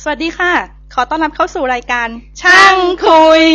วัสดีค่ะขอต้อนรับเข้าสู่รายการช่างคุย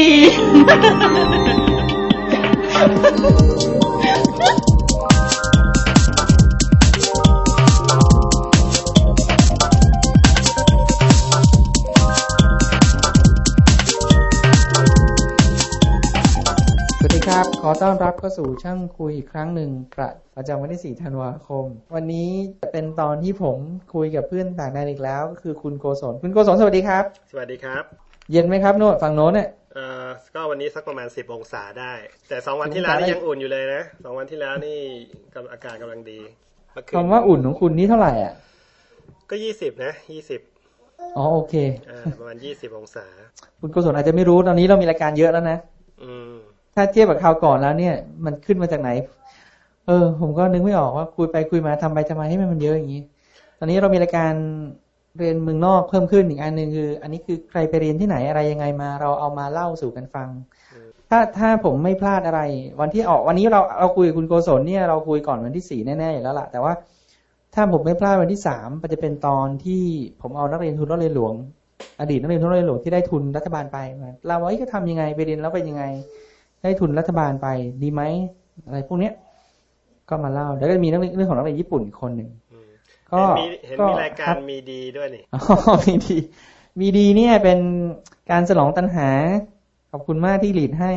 สวัสดีครับขอต้อนรับเข้าสู่ช่างคุยอีกครั้งหนึ่งประจำวันที่4 ธันวาคมวันนี้เป็นตอนที่ผมคุยกับเพื่อนต่างแดนอีกแล้วก็คือคุณโกศลคุณโกศลสวัสดีครับสวัสดีครับเย็นไหมครับโน่นฝั่งโน้นเนี่ยก็วันนี้สักประมาณ10 องศาได้แต่2 วันที่แล้วนี่ยังอุ่นอยู่เลยนะ2 วันที่แล้วนี่อากาศกำลังดีคำว่าอุ่นของคุณนี่เท่าไหร่อ่ะก็20นะ20 อ๋อโอเคประมาณ20 องศาคุณโกศลอาจจะไม่รู้ตอนนี้เรามีรายการเยอะแล้วนะถ้าเทียบกับคราวก่อนแล้วเนี่ยมันขึ้นมาจากไหนผมก็นึกไม่ออกว่าคุยไปคุยมาทำไปทำไมให้มันเยอะอย่างนี้ตอนนี้เรามีรายการเรียนเมืองนอกเพิ่มขึ้นอีกอันนึงคืออันนี้คือใครไปเรียนที่ไหนอะไรยังไงมาเราเอามาเล่าสู่กันฟังถ้าผมไม่พลาดอะไรวันที่ออกวันนี้เราคุยกับคุณโกศลเนี่ยเราคุยก่อนวันที่4แน่ๆอยู่แล้วล่ะแต่ว่าถ้าผมไม่พลาดวันที่3มันจะเป็นตอนที่ผมเอานักเรียนทุนนักเรียนหลวงอดีตนักเรียนทุนนักเรียนหลวงที่ได้ทุนรัฐบาลไปมาเราว่าก็ทำยังไงไปเรียนแล้วเป็นยังไงได้ทุนรัฐบาลไปดีไหมอะไรพวกเนี้ยก็มาเล่าแล้วก็มีเรื่องของนักเรียนญี่ปุ่นอีกคนหนึ่งก็เห็นมีรายการมีดีด้วยนี่มีดีเนี่ยเป็นการฉลองตัณหาขอบคุณมากที่หลีดให้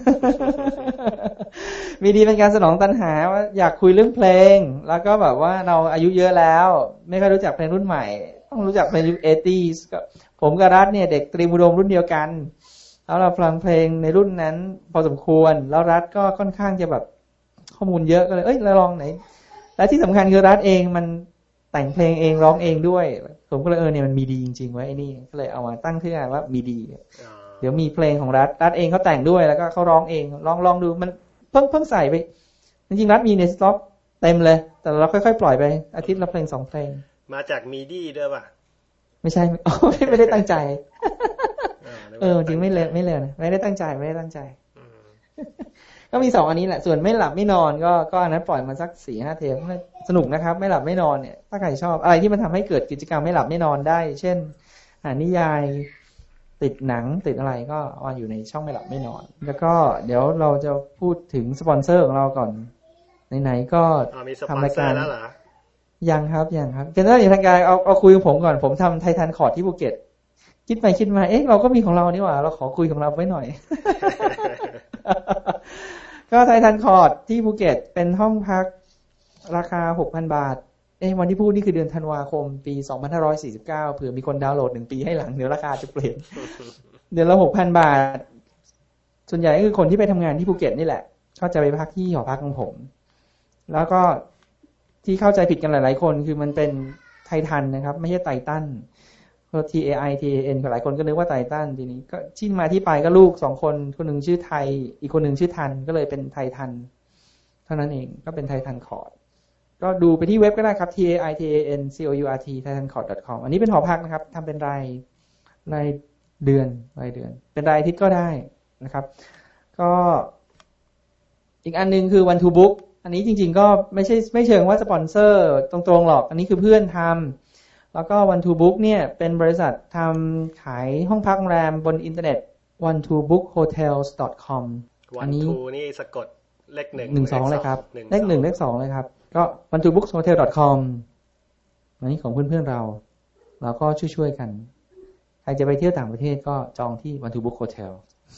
มีดีเป็นการฉลองตัณหาว่าอยากคุยเรื่องเพลงแล้วก็แบบว่าเราอายุเยอะแล้วไม่ค่อยรู้จักเพลงรุ่นใหม่ต้องรู้จักเพลงยุค 80s ก็ผมกับรัฐเนี่ยเด็กตรีอุดมรุ่นเดียวกันแล้วเราฟังเพลงในรุ่นนั้นพอสมควรแล้วรัฐก็ค่อนข้างจะแบบข้อมูลเยอะก็เลยเราลองไหนและที่สำคัญคือรัฐเองมันแต่งเพลงเองร้องเองด้วยผมก็เลยเนี่ยมันมีดีจริงๆไว้ไอ้นี่ก็เลยเอามาตั้งชื่อว่ามีดีเดี๋ยวมีเพลงของรัฐเองเขาแต่งด้วยแล้วก็เขาร้องเองลองดูมันเพิ่งใส่ไปจริงๆรัฐมีในสต็อกเต็มเลยแต่เราค่อยๆปล่อยไปอาทิตย์ละเพลง2 เพลงมาจากมีดีด้วยป่ะไม่ใช่ไม่ได้ตั้งใจจริงไม่เลยนะไม่ได้ตั้งใจก็มี2อันนี้แหละส่วนไม่หลับไม่นอนก็อันนั้นปล่อยมาสัก 4-5 เทปสนุกนะครับไม่หลับไม่นอนเนี่ยถ้าใครชอบอะไรที่มันทำให้เกิดกิจกรรมไม่หลับไม่นอนได้เช่นอ่านนิยายติดหนังติดอะไรก็เอาอยู่ในช่องไม่หลับไม่นอนแล้วก็เดี๋ยวเราจะพูดถึงสปอนเซอร์ของเราก่อนไหนๆก็ทำรายการแล้วเหรอยังครับเป็นเรื่องอย่างทางการเอาคุยกับผมก่อนผมทำไททันคอร์ดที่ภูเก็ตคิดไปคิดมาเราก็มีของเรานี่หว่าเราขอคุยของเราไว้หน่อย ก็ไททันคอร์ดที่ภูเก็ตเป็นห้องพักราคา 6,000 บาทวันที่พูดนี่คือเดือนธันวาคมปี2549เผื่อมีคนดาวน์โหลด1 ปีให้หลังเดี๋ยวราคาจะเปลี่ยน เดือนละ 6,000 บาทส่วนใหญ่ก็คือคนที่ไปทำงานที่ภูเก็ตนี่แหละก็จะไปพักที่หอพักของผมแล้วก็ที่เข้าใจผิดกันหลายๆคนคือมันเป็นไททันนะครับไม่ใช่ไททันTAITAN หลายคนก็นึกว่าไททันทีนี้ก็ที่มาที่ไปก็ลูก2 คนคนหนึ่งชื่อไทยอีกคนหนึ่งชื่อทันก็เลยเป็นไททันเท่านั้นเองก็เป็นไททันคอร์ดก็ดูไปที่เว็บก็ได้ครับ TAITANCOURT thaitancourt.com อันนี้เป็นหอพักนะครับทำเป็นรายเดือนเป็นรายอาทิตย์ก็ได้นะครับก็อีกอันนึงคือ One to Book อันนี้จริงๆก็ไม่เชิงว่าสปอนเซอร์ตรงๆหรอกอันนี้คือเพื่อนทำแล้วก็ One to Book เนี่ยเป็นบริษัททำขายห้องพักโรงแรมบนอินเทอร์เน็ต one-to-bookhotels.com อันนี้นี่สะกดเลข 1 12เลยครับเลข1เลข2เลยครับก็ one-to-bookhotels.com อันนี้ของเพื่อนๆเราก็ช่วยๆกันใครจะไปเที่ยวต่างประเทศก็จองที่ one-to-book hotel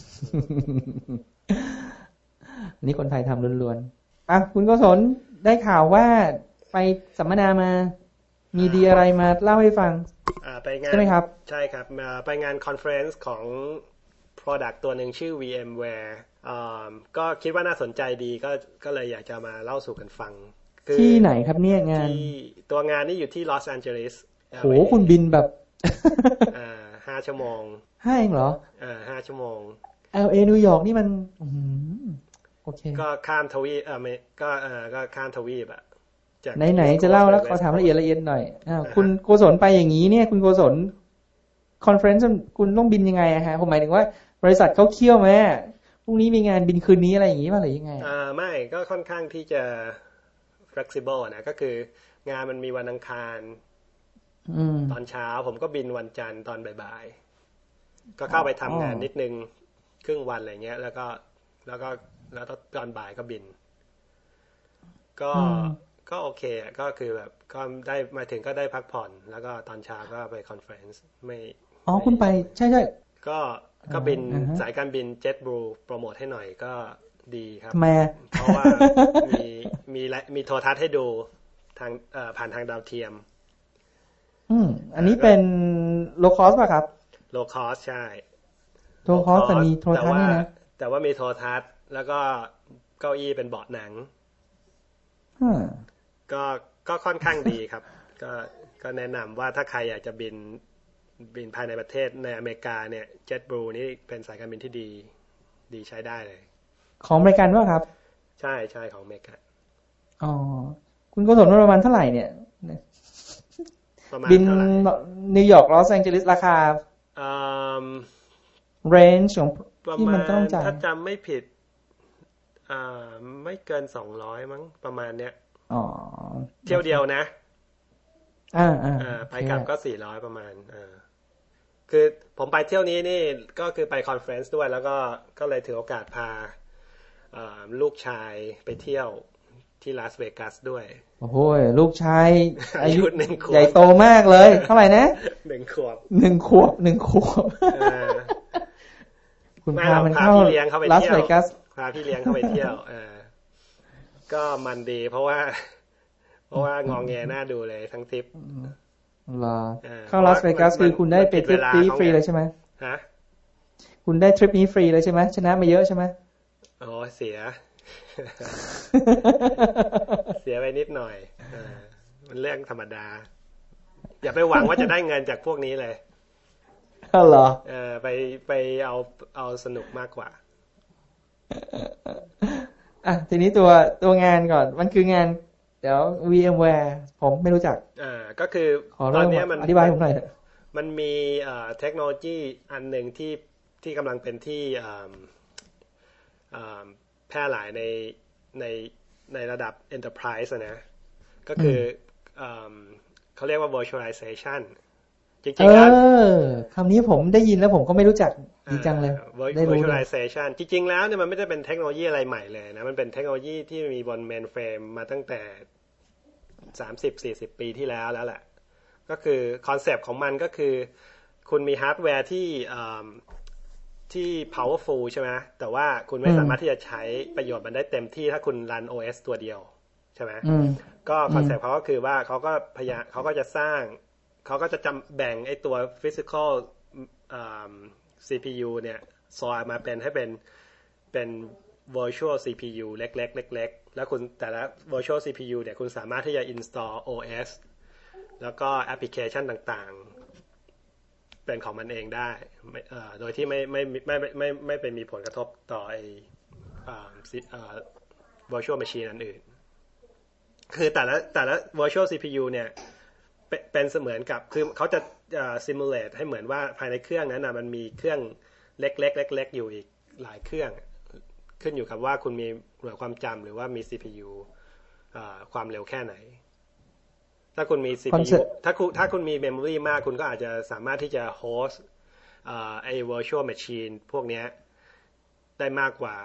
อันนี้คนไทยทำล้วนๆคุณโกศลได้ข่าวว่าไปสัมมนามามีดีอะไรมาเล่าให้ฟังไปงานใช่ไหมครับใช่ครับไปงานคอนเฟอเรนซ์ของ product ตัวหนึ่งชื่อ VMware ก็คิดว่าน่าสนใจดีก็เลยอยากจะมาเล่าสู่กันฟังที่ไหนครับเนี่ยงานตัวงานนี่อยู่ที่ลอสแอนเจลิสโหคุณบินแบบ 5 ชั่วโมง 5เองเหรอ 5 ชั่วโมง LA นิวยอร์กนี่มันโอเคก็ข้ามทวีปก็ข้ามทวีปไหนจะเล่าแล้วขอถามละเอียดหน่อยคุณโกศลไปอย่างนี้เนี่ยคุณโกศลคอนเฟอเรนซ์คุณต้องบินยังไงฮะผมหมายถึงว่าบริษัทเขาเคี่ยวไหมพรุ่งนี้มีงานบินคืนนี้อะไรอย่างนี้ป่ะหรือยังไงไม่ก็ค่อนข้างที่จะ flexible นะก็คืองานมันมีวันอังคารตอนเช้าผมก็บินวันจันทร์ตอนบ่ายๆก็เข้าไปทำงานนิดนึงครึ่งวันอะไรเงี้ยแล้วก็ตอนบ่ายก็บินก็โอเคก็คือแบบก็ได้มาถึงก็ได้พักผ่อนแล้วก็ตอนเช้าก็ไปคอนเฟอเรนซ์ไม่คุณไปใช่ก็บินสายการบิน JetBlue โปรโมทให้หน่อยก็ดีครับเพราะว่ามีโทรทัศน์ให้ดูทางผ่านทางดาวเทียมอันนี้เป็นโลคอสป่ะครับโลคอสใช่โลคอสแต่มีโทรทัศน์นี่นะแต่ว่ามีโทรทัศน์แล้วก็เก้าอี้เป็นเบาะหนังก็ค่อนข้างดีครับก็แนะนำว่าถ้าใครอยากจะบินภายในประเทศในอเมริกาเนี่ย JetBlue นี่เป็นสายการบินที่ดีใช้ได้เลยของอเมริกันป่ะครับใช่ของอเมริกันคุณโกศลประมาณเท่าไหร่เนี่ยบินนิวยอร์กลอสแองเจลิสราคาเรนจ์ของที่มันต้องจ่ายถ้าจำไม่ผิดไม่เกิน200มั้งประมาณเนี้ยเที่ยวเดียวนะไปกลับก็400ประมาณคือผมไปเที่ยวนี้นี่ก็คือไปคอนเฟอเรนซ์ด้วยแล้วก็เลยถือโอกาสพาลูกชายไปเที่ยวที่ลาสเวกัสด้วยโอ้โหลูกชายอายุ1 ขวบใหญ่โตมากเลยเท่าไหร่นะ 1 ขวบคุณพามันเข้าลาสเวกัสพาพี่เลี้ยงเข้าไปเที่ยวก็มันดีเพราะว่างอแงหน้าดูเลยทั้งทริปเข้าลาสเวกัสคือคุณได้ไปทริปฟรีเลยใช่ไหมคุณได้ทริปนี้ฟรีเลยใช่ไหมชนะมาเยอะใช่ไหมเสียไปนิดหน่อยมันเรื่องธรรมดาอย่าไปหวังว่าจะได้เงินจากพวกนี้เลยเหรอไปเอาสนุกมากกว่าทีนี้ตัวงานก่อนมันคืองานเดี๋ยว VMware ผมไม่รู้จักก็คือตอนนี้มันอธิบายผมหน่อยมันมีเทคโนโลยีอันหนึ่งที่กำลังเป็นที่แพร่หลายในระดับ Enterprise นะก็คือเขาเรียกว่า virtualization จริงๆแล้วคำนี้ผมได้ยินแล้วผมก็ไม่รู้จักดีจังเลย virtualization จริงๆแล้วเนี่ยมันไม่ได้เป็นเทคโนโลยีอะไรใหม่เลยนะมันเป็นเทคโนโลยีที่มีบน mainframe มาตั้งแต่ 30-40 ปีที่แล้วแหละก็คือคอนเซปต์ของมันก็คือคุณมีฮาร์ดแวร์ที่ powerful ใช่ไหมแต่ว่าคุณไม่สามารถที่จะใช้ประโยชน์มันได้เต็มที่ถ้าคุณรัน OS ตัวเดียวใช่ไหมก็คอนเซปต์เขาก็คือว่าเขาก็จะสร้างเขาก็จะแบ่งไอ้ตัว physical CPU เนี่ยซอยมาให้เป็น virtual CPU เล็กๆเล็กๆแล้วคุณแต่ละ virtual CPU เนี่ยคุณสามารถที่จะ install OS แล้วก็แอปพลิเคชันต่างๆเป็นของมันเองได้โดยที่ไม่เป็นมีผลกระทบต่อไอ้virtual machine อันอื่นคือแต่ละ virtual CPU เนี่ยเป็นเสมือนกับคือเขาจะsimulate ให้เหมือนว่าภายในเครื่องนั้นมันมีเครื่องเล็กๆอยู่อีกหลายเครื่องขึ้นอยู่กับว่าคุณมีหน่วยความจำหรือว่ามี CPU ความเร็วแค่ไหนถ้าคุณมี CPU ถ้าคุณมี memory มากคุณก็อาจจะสามารถที่จะ host ไอ้ virtual machine พวกนี้ได้มากกว่า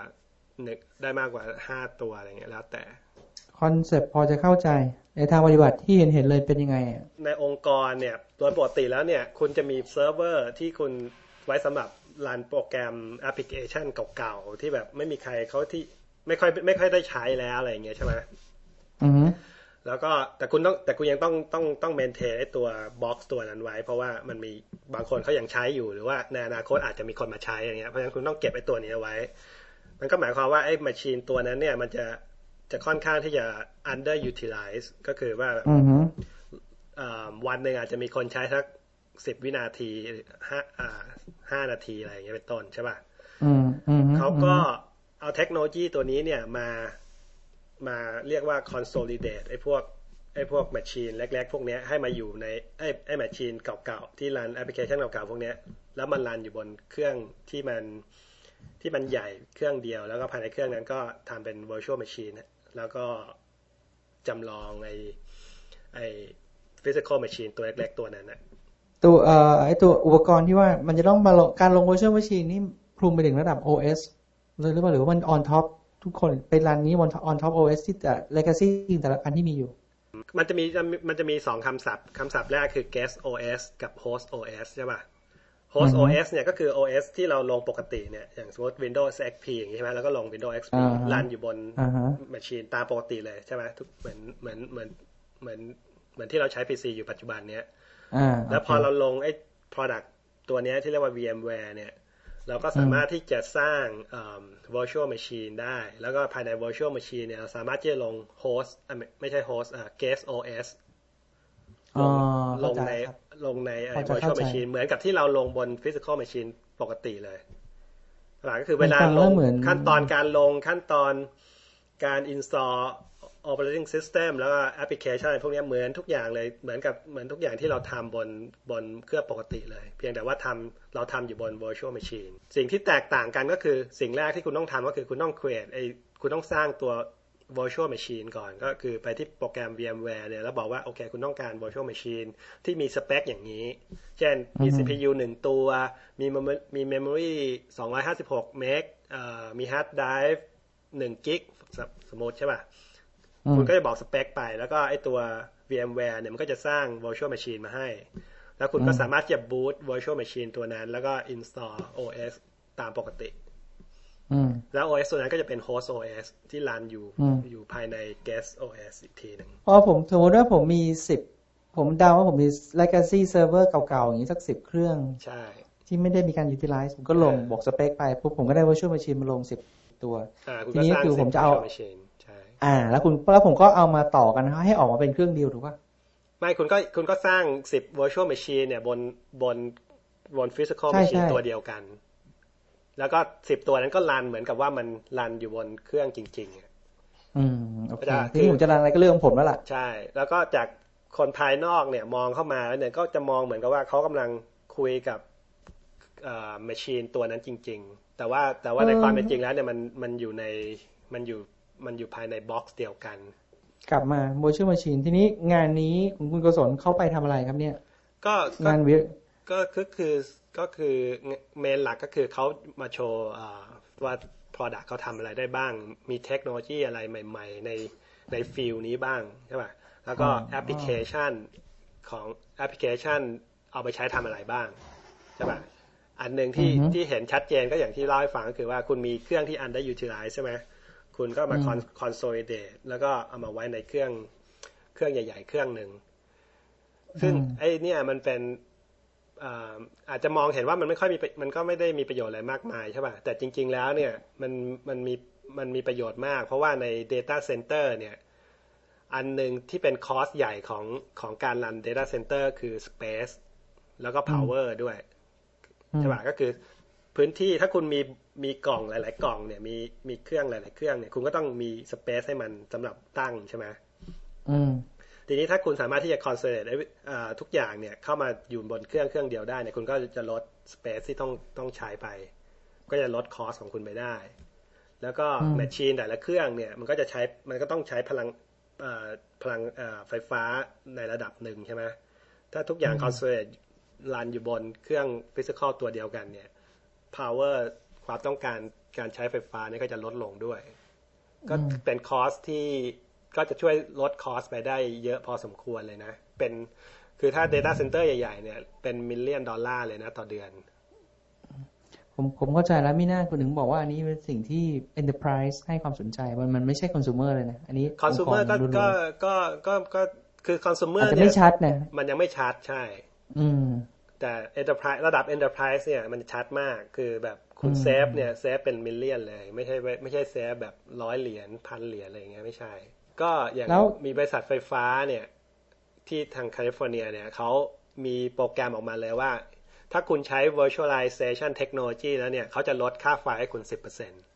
5 ตัวอะไรเงี้ยแล้วแต่คอนเซ็ปต์พอจะเข้าใจในทางปฏิบัติที่เห็นเลยเป็นยังไงในองค์กรเนี่ยโดยปกติแล้วเนี่ยคุณจะมีเซิร์ฟเวอร์ที่คุณไว้สำหรับรันโปรแกรมแอปพลิเคชันเก่าๆที่แบบไม่มีใครเขาที่ไม่ค่อยได้ใช้แล้วอะไรอย่างเงี้ยใช่ไหมแล้วก็แต่คุณยังต้องเมนเทนไอ้ตัวบ็อกซ์ตัวนั้นไว้เพราะว่ามันมีบางคนเขายังใช้อยู่หรือว่าในอนาคตอาจจะมีคนมาใช้อย่างเงี้ยเพราะฉะนั้นคุณต้องเก็บไอ้ตัวนี้เอาไว้มันก็หมายความว่าไอ้แมชชีนตัวนั้นเนี่ยมันจะค่อนข้างที่จะ underutilize ก็คือว่าวันหนึ่งอาจจะมีคนใช้สัก10 วินาที5 นาทีอะไรอย่างเงี้ยเป็นต้นใช่ป่ะเขาก็เอาเทคโนโลยีตัวนี้เนี่ยมาเรียกว่า consolidate ไอ้พวก machine เล็กๆพวกนี้ให้มาอยู่ในไอ้ machine เก่าๆที่รันแอปพลิเคชันเก่าๆพวกนี้แล้วมันรันอยู่บนเครื่องที่มันใหญ่เครื่องเดียวแล้วก็ภายในเครื่องนั้นก็ทำเป็น virtual machine แล้วก็จำลองไอ้ physical machine ตัวเล็กๆตัวนั้นนะตัวไอตัวอุปกรณ์ที่ว่ามันจะต้องมาการลง virtual machine นี่คลุมไปถึงระดับ OS เลยหรือเปล่าหรือว่ามัน on top ทุกคนไปรันนี้ on top OS ที่แต่ legacy แต่ละอันที่มีอยู่มันจะมี2คำศัพท์แรกคือ guest OS กับ host OS ใช่ป่ะ host OS เนี่ยก็คือ OS ที่เราลงปกติเนี่ยอย่างสมมติ Windows XP อย่างนี้ใช่ไหมแล้วก็ลง Windows XP รันอยู่บน machine ตามปกติเลยใช่ไหมทุกเหมือนที่เราใช้ PC อยู่ปัจจุบันเนี้ยแล้วพอเราลงไอ้ product ตัวนี้ที่เรียกว่า VMware เนี่ยเราก็สามารถที่จะสร้าง virtual machine ได้แล้วก็ภายใน virtual machine เนี่ยเราสามารถที่จะลง host ไม่ใช่ host guest OS ลงใน virtual machine เหมือนกับที่เราลงบน physical machine ปกติเลยหลักก็คือเวลาลงขั้นตอนการลงขั้นตอนการ install operating system แล้วก็ application พวกนี้เหมือนทุกอย่างเลยเหมือนทุกอย่างที่เราทำบนเครื่องปกติเลยเพียงแต่ว่าเราทำอยู่บน virtual machine สิ่งที่แตกต่างกันก็คือสิ่งแรกที่คุณต้องทำก็คือคุณต้อง create คุณต้องสร้างตัว virtual machine ก่อนก็คือไปที่โปรแกรม VMware เนี่ยแล้วบอกว่าโอเคคุณต้องการ virtual machine ที่มีสเปคอย่างนี้เช่นมี CPU 1 ตัวมี memory 256 เมกมี hard drive 1 กิกสมมติใช่ป่ะคุณก็จะบอกสเปคไปแล้วก็ไอตัว VMware เนี่ยมันก็จะสร้าง virtual machine มาให้แล้วคุณก็สามารถจะ boot virtual machine ตัวนั้นแล้วก็ install OS ตามปกติแล้ว OS ตัวนั้นก็จะเป็น host OS ที่รันอยู่ภายใน guest OS อีกทีหนึ่งพอผมสมมติว่าผมมีผมเดาว่าผมมี legacy server เก่าๆอย่างนี้สัก10 เครื่องใช่ที่ไม่ได้มีการ utilize ผมก็ลงบอกสเปคไปปุ๊บผมก็ได้ virtual machine มาลง10 ตัวทีนี้คือผมจะเอาแล้วผมก็เอามาต่อกันให้ออกมาเป็นเครื่องเดียวถูกป่ะไม่คุณก็สร้าง10 virtual machine เนี่ยบน physical machine ตัวเดียวกันแล้วก็10 ตัวนั้นก็รันเหมือนกับว่ามันรันอยู่บนเครื่องจริงๆโอเคที่ผมจะรันอะไรก็เรื่องของผมแล้วล่ะใช่แล้วก็จากคนภายนอกเนี่ยมองเข้ามาเนี่ยก็จะมองเหมือนกับว่าเขากำลังคุยกับmachine ตัวนั้นจริงๆแต่ว่าในความเป็นจริงแล้วเนี่ยมันอยู่ภายในบ็อกซ์เดียวกันกลับมา virtual machine ทีนี้งานนี้คุณกศลเข้าไปทำอะไรครับเนี่ยงานก็คือเมนหลักก็คือเขามาโชว์ว่า product เขาทำอะไรได้บ้างมีเทคโนโลยีอะไรใหม่ๆในฟิลนี้บ้างใช่ป่ะแล้วก็แอปพลิเคชันเอาไปใช้ทำอะไรบ้างใช่ป่ะอันหนึ่งที่เห็นชัดเจนก็อย่างที่เล่าให้ฟังก็คือว่าคุณมีเครื่องที่ underutilize ใช่ไหมคุณก็มา consolidate แล้วก็เอามาไว้ในเครื่องใหญ่ๆเครื่องหนึ่งซึ่งไอ้เนี่ยมันเป็นอาจจะมองเห็นว่ามันก็ไม่ได้มีประโยชน์อะไรมากมายใช่ป่ะแต่จริงๆแล้วเนี่ยมันมีประโยชน์มากเพราะว่าใน data center เนี่ยอันหนึ่งที่เป็นคอสใหญ่ของการรัน data center คือ space แล้วก็ power ด้วยใช่ป่ะก็คือพื้นที่ถ้าคุณมีกล่องหลายๆกล่องเนี่ยมีเครื่องหลายๆเครื่องเนี่ยคุณก็ต้องมีสเปซให้มันสำหรับตั้งใช่ไหมทีนี้ถ้าคุณสามารถที่จะคอนโซลเลตทุกอย่างเนี่ยเข้ามาอยู่บนเครื่องเดียวได้เนี่ยคุณก็จะลดสเปซที่ต้องใช้ไปก็จะลดคอสของคุณไปได้แล้วก็แมชชีนแต่ละเครื่องเนี่ยมันก็ต้องใช้พลังไฟฟ้าในระดับหนึ่งใช่ไหมถ้าทุกอย่างคอนโซลเลตรันอยู่บนเครื่องฟิสิกอลตัวเดียวกันเนี่ยpower ความต้องการใช้ไฟฟ้านี่ก็จะลดลงด้วยก็เป็นคอสที่ก็จะช่วยลดคอสไปได้เยอะพอสมควรเลยนะคือถ้า data center ใหญ่ๆเนี่ยเป็น$1 millionเลยนะต่อเดือนผมเข้าใจแล้วไม่น่าคุณถึงบอกว่าอันนี้เป็นสิ่งที่ enterprise ให้ความสนใจมันไม่ใช่ consumer เลยนะอันนี้ consumer ก็คือ consumer เนี่ยไม่ชัดนะมันยังไม่ชัดใช่แต่ enterprise ระดับ enterprise เนี่ยมันชัดมากคือแบบคุณเซฟเป็น$1 millionเลยไม่ใช่เซฟแบบ$100 $1,000อะไรอย่างเงี้ยไม่ใช่ก็อย่างมีบริษัทไฟฟ้าเนี่ยที่ทางแคลิฟอร์เนียเนี่ยเขามีโปรแกรมออกมาเลยว่าถ้าคุณใช้ virtualization technology แล้วเนี่ยเขาจะลดค่าไฟให้คุณ 10%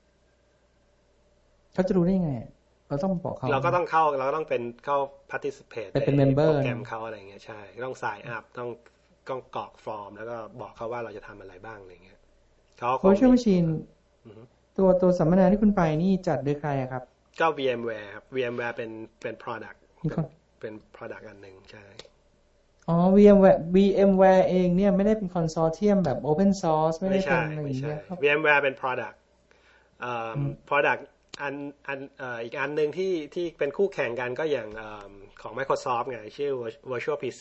เขาจะรู้ได้ไงเราต้องบอกเขาเราก็ต้องเข้า participate ในโปรแกรมเขาอะไรเงี้ยใช่ต้อง sign up ต้องกรอกฟอร์มแล้วก็บอกเขาว่าเราจะทำอะไรบ้างอะไรเงี้ย virtual machine ตัวสัมมนาที่คุณไปนี่จัดโดยใครครับก็ VMware ครับ VMware เป็น product เป็น product อันหนึ่งใช่อ๋อ VMware เองเนี่ยไม่ได้เป็นคอนโซร์เทียมแบบ Open Source ไม่ได้เป็นอะไรอย่างเงี้ยครับ VMware เป็น product product อีกอันหนึ่งที่เป็นคู่แข่งกันก็อย่างของ Microsoft ไงชื่อ Virtual PC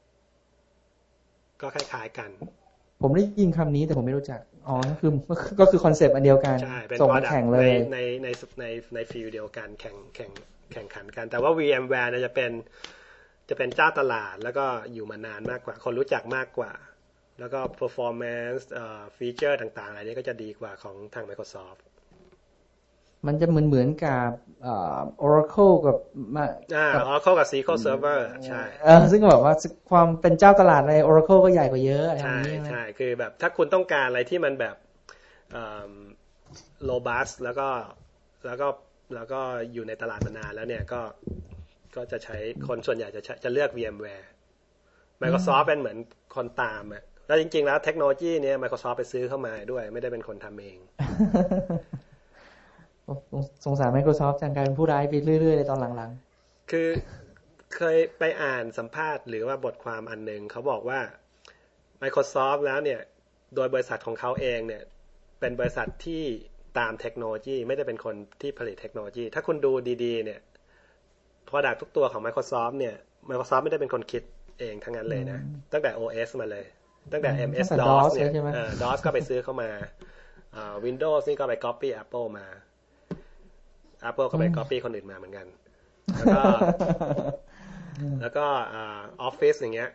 ก็คล้ายๆกันผมได้ยินคำนี้แต่ผมไม่รู้จักอ๋อก็คือคอนเซปต์อันเดียวกันส่งมาแข่งเลยในฟิลเดียวกันแข่งขันกันแต่ว่า VMware เนี่ยจะเป็นเจ้าตลาดแล้วก็อยู่มานานมากกว่าคนรู้จักมากกว่าแล้วก็ performanceฟีเจอร์ต่างๆอะไรนี้ก็จะดีกว่าของทาง Microsoft มันจะเหมือนกับOracle กับ Oracle กับ SQL Server ใช่ซึ่งแบบว่าความเป็นเจ้าตลาดใน Oracle ก็ใหญ่กว่าเยอะอะไรอย่างนี้ใช่คือแบบถ้าคุณต้องการอะไรที่มันแบบrobust แล้วก็อยู่ในตลาดมานานแล้วเนี่ยก็จะใช้คนส่วนใหญ่จะเลือก VMware Microsoft เป็นเหมือนคนตามอ่ะแล้วจริงๆแล้วเทคโนโลยีเนี่ย Microsoft ไปซื้อเข้ามาด้วยไม่ได้เป็นคนทำเองสงสาร Microsoft จังกลายเป็นผู้ร้ายไปเรื่อยๆในตอนหลังๆคือเคยไปอ่านสัมภาษณ์หรือว่าบทความอันนึงเขาบอกว่า Microsoft แล้วเนี่ยโดยบริษัทของเขาเองเนี่ยเป็นบริษัทที่ตามเทคโนโลยีไม่ได้เป็นคนที่ผลิตเทคโนโลยีถ้าคุณดูดีๆเนี่ย product ทุกตัวของ Microsoft เนี่ย Microsoft ไม่ได้เป็นคนคิดเองทั้งนั้นเลยนะตั้งแต่ OS มาเลยตั้งแต่ MS-DOS เนี่ย DOS ก็ไปซื้อเข้ามาWindows นี่ก็ไป copy Apple มา Apple ก็ไป copy คนอื่นมาเหมือนกันแล้วก็Office อย่างเงี้ย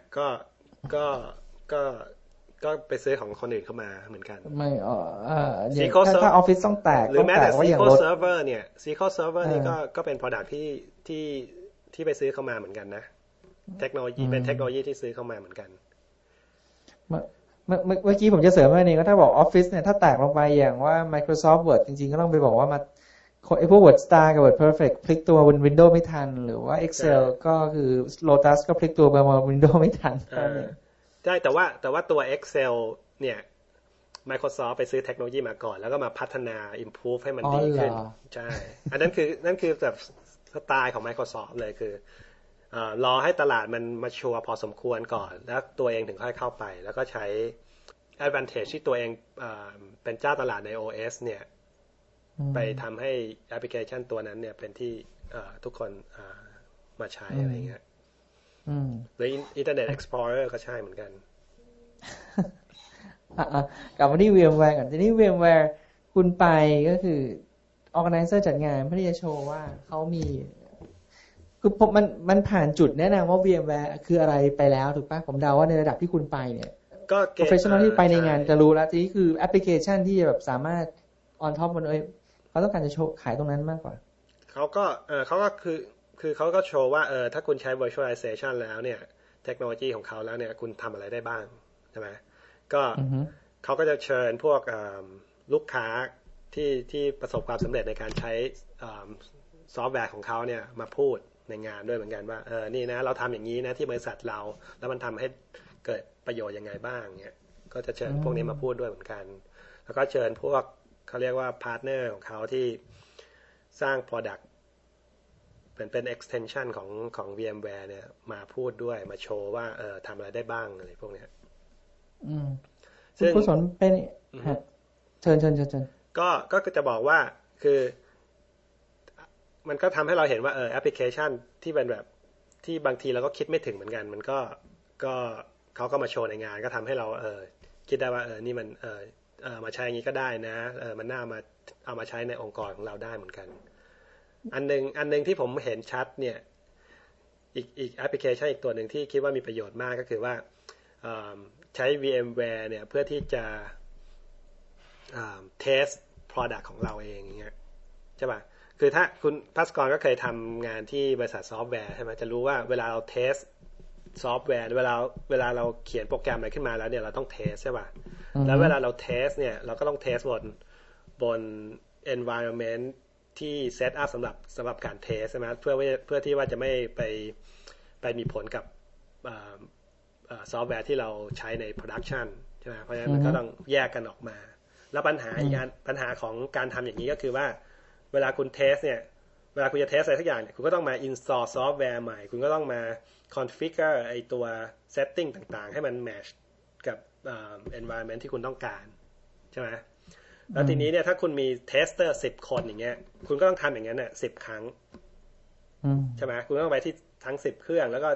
ก็ไปซื้อของคนอื่นเข้ามาเหมือนกันไม่ถ้า Office ต้องแตกหรือแม้แต่ SQL Server เนี่ย SQL Server นี่ก็เป็น product ที่ไปซื้อเข้ามาเหมือนกันนะเทคโนโลยีเป็นเทคโนโลยีที่ซื้อเข้ามาเหมือนกันเมื่อกี้ผมจะเสริมว่านี่ก็ถ้าบอก Office เนี่ยถ้าแตกลงไปอย่างว่า Microsoft Word จริงๆก็ต้องไปบอกว่ามาไอ้พวก Word Star กับ Word Perfect พลิกตัวบน Windows ไม่ทันหรือว่า Excel ก็คือ Lotus ก็พลิกตัวบน Windows ไม่ทันใช่แต่ว่าตัว Excel เนี่ย Microsoft ไปซื้อเทคโนโลยีมาก่อนแล้วก็มาพัฒนา improve ให้มันดีขึ้นใช่อันนั้นคือแบบสไตล์ของ Microsoft เลยคือรอให้ตลาดมันมาชัวร์พอสมควรก่อนแล้วตัวเองถึงค่อยเข้าไปแล้วก็ใช้ advantage ที่ตัวเองเป็นเจ้าตลาดใน OS เนี่ยไปทำให้แอปพลิเคชันตัวนั้นเนี่ยเป็นที่ทุกคนมาใช้อะไรเงี้ยหรือ Internet Explorer ก็ใช่เหมือนกันกลับมาที่ VMware ก่อนทีนี้ VMware คุณไปก็คือ organizer จัดงานเพื่อที่จะโชว์ว่าเขามีคือมันผ่านจุดแนะนำว่า VMware คืออะไรไปแล้วถูกป่ะผมเดาว่าในระดับที่คุณไปเนี่ยก็ professional ที่ไปในงานจะรู้แล้วทีนี้คือแอปพลิเคชันที่แบบสามารถ on top บนเขาต้องการจะโชว์ขายตรงนั้นมากกว่าเขาก็คือเขาก็โชว์ว่าถ้าคุณใช้ virtualization แล้วเนี่ยเทคโนโลยีของเขาแล้วเนี่ยคุณทำอะไรได้บ้างใช่ไหมก็เขาก็จะเชิญพวกลูกค้าที่ประสบความสำเร็จในการใช้ซอฟต์แวร์ของเขาเนี่ยมาพูดในงานด้วยเหมือนกันว่านี่นะเราทำอย่างนี้นะที่บริษัทเราแล้วมันทำให้เกิดประโยชน์ยังไงบ้างเนี่ยก็จะเชิญพวกนี้มาพูดด้วยเหมือนกันแล้วก็เชิญพวกเขาเรียกว่าพาร์ทเนอร์ของเขาที่สร้าง product เป็น extension ของ VMware เนี่ยมาพูดด้วยมาโชว์ว่าทำอะไรได้บ้างอะไรพวกเนี้ยซึ่งผู้สนเป็นเชิญก็จะบอกว่าคือมันก็ทำให้เราเห็นว่าแอปพลิเคชันที่เป็นแบบที่บางทีเราก็คิดไม่ถึงเหมือนกันมันก็เขาก็มาโชว์ในงานก็ทำให้เราคิดได้ว่านี่มันมาใช้อย่างนี้ก็ได้นะมันน่ามาเอามาใช้ในองค์กรของเราได้เหมือนกันอันนึงที่ผมเห็นชัดเนี่ยอีกแอปพลิเคชันอีกตัวหนึ่งที่คิดว่ามีประโยชน์มากก็คือว่าใช้ VMware เนี่ยเพื่อที่จะtest product ของเราเองอย่างเงี้ยใช่ป่ะคือถ้าคุณภัสกรก็เคยทำงานที่บริษัทซอฟต์แวร์ใช่ไหมจะรู้ว่าเวลาเราเทสซอฟต์แวร์เวลาเราเขียนโปรแกรมอะไรขึ้นมาแล้วเนี่ยเราต้องเทสใช่ป่ะแล้วเวลาเราเทสเนี่ยเราก็ต้องเทสบน environment ที่เซตอัพสำหรับการเทสใช่ไหมเพื่อที่ว่าจะไม่ไปมีผลกับซอฟต์แวร์ที่เราใช้ใน production ใช่ไหมเพราะฉะนั้นมันก็ต้องแยกกันออกมาแล้วปัญหาของการทำอย่างนี้ก็คือว่าเวลาคุณเทสเนี่ยเวลาคุณจะเทสอะไรสักอย่างเนี่ยคุณก็ต้องมา install ซอฟต์แวร์ใหม่คุณก็ต้องมา configure ไอตัว setting ต่างๆให้มัน match กับ environment ที่คุณต้องการใช่ไหมแล้วทีนี้เนี่ยถ้าคุณมี tester 10 คนอย่างเงี้ยคุณก็ต้องทำอย่างนั้นเนี่ย10 ครั้งใช่ไหมคุณต้องไปที่ทั้ง10 เครื่องแล้วก็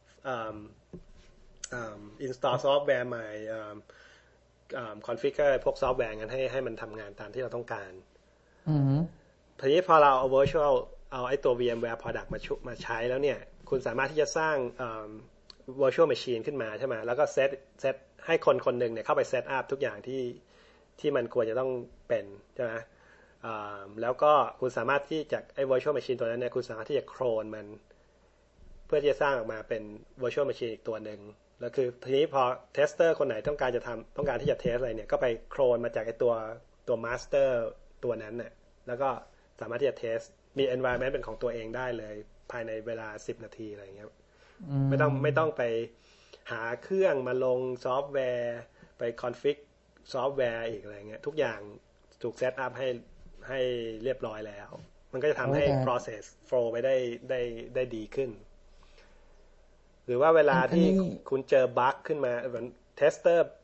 install ซอฟต์แวร์ใหม่ configure พวกซอฟต์แวร์งั้นให้มันทำงานตามที่เราต้องการทีนี้พอเราเอา virtual เอาไอ้ตัว VMware product มาใช้แล้วเนี่ยคุณสามารถที่จะสร้างvirtual machine ขึ้นมาใช่ไหมแล้วก็เซตให้คนหนึ่งเนี่ยเข้าไปเซตอัพทุกอย่างที่มันควรจะต้องเป็นใช่ไหมแล้วก็คุณสามารถที่จากไอ้ virtual machine ตัวนั้นเนี่ยคุณสามารถที่จะโคลนมันเพื่อที่จะสร้างออกมาเป็น virtual machine อีกตัวหนึ่งแล้วคือทีนี้พอ tester คนไหนต้องการที่จะเทสอะไรเนี่ยก็ไปโคลนมาจากไอ้ตัว master ตัวนั้นเนี่ยแล้วก็สามารถที่จะเทสมี environment เป็นของตัวเองได้เลยภายในเวลา10 นาทีอะไรอย่างเงี้ยไม่ต้องไปหาเครื่องมาลงซอฟต์แวร์ไปคอนฟิกซอฟต์แวร์อีกอะไรเงี้ยทุกอย่างถูกเซตอัพให้เรียบร้อยแล้วมันก็จะทำให้ process flow ไปได้ดีขึ้นหรือว่าเวลาที่คุณเจอบั๊กขึ้นมาเหมือนเทสเตอร์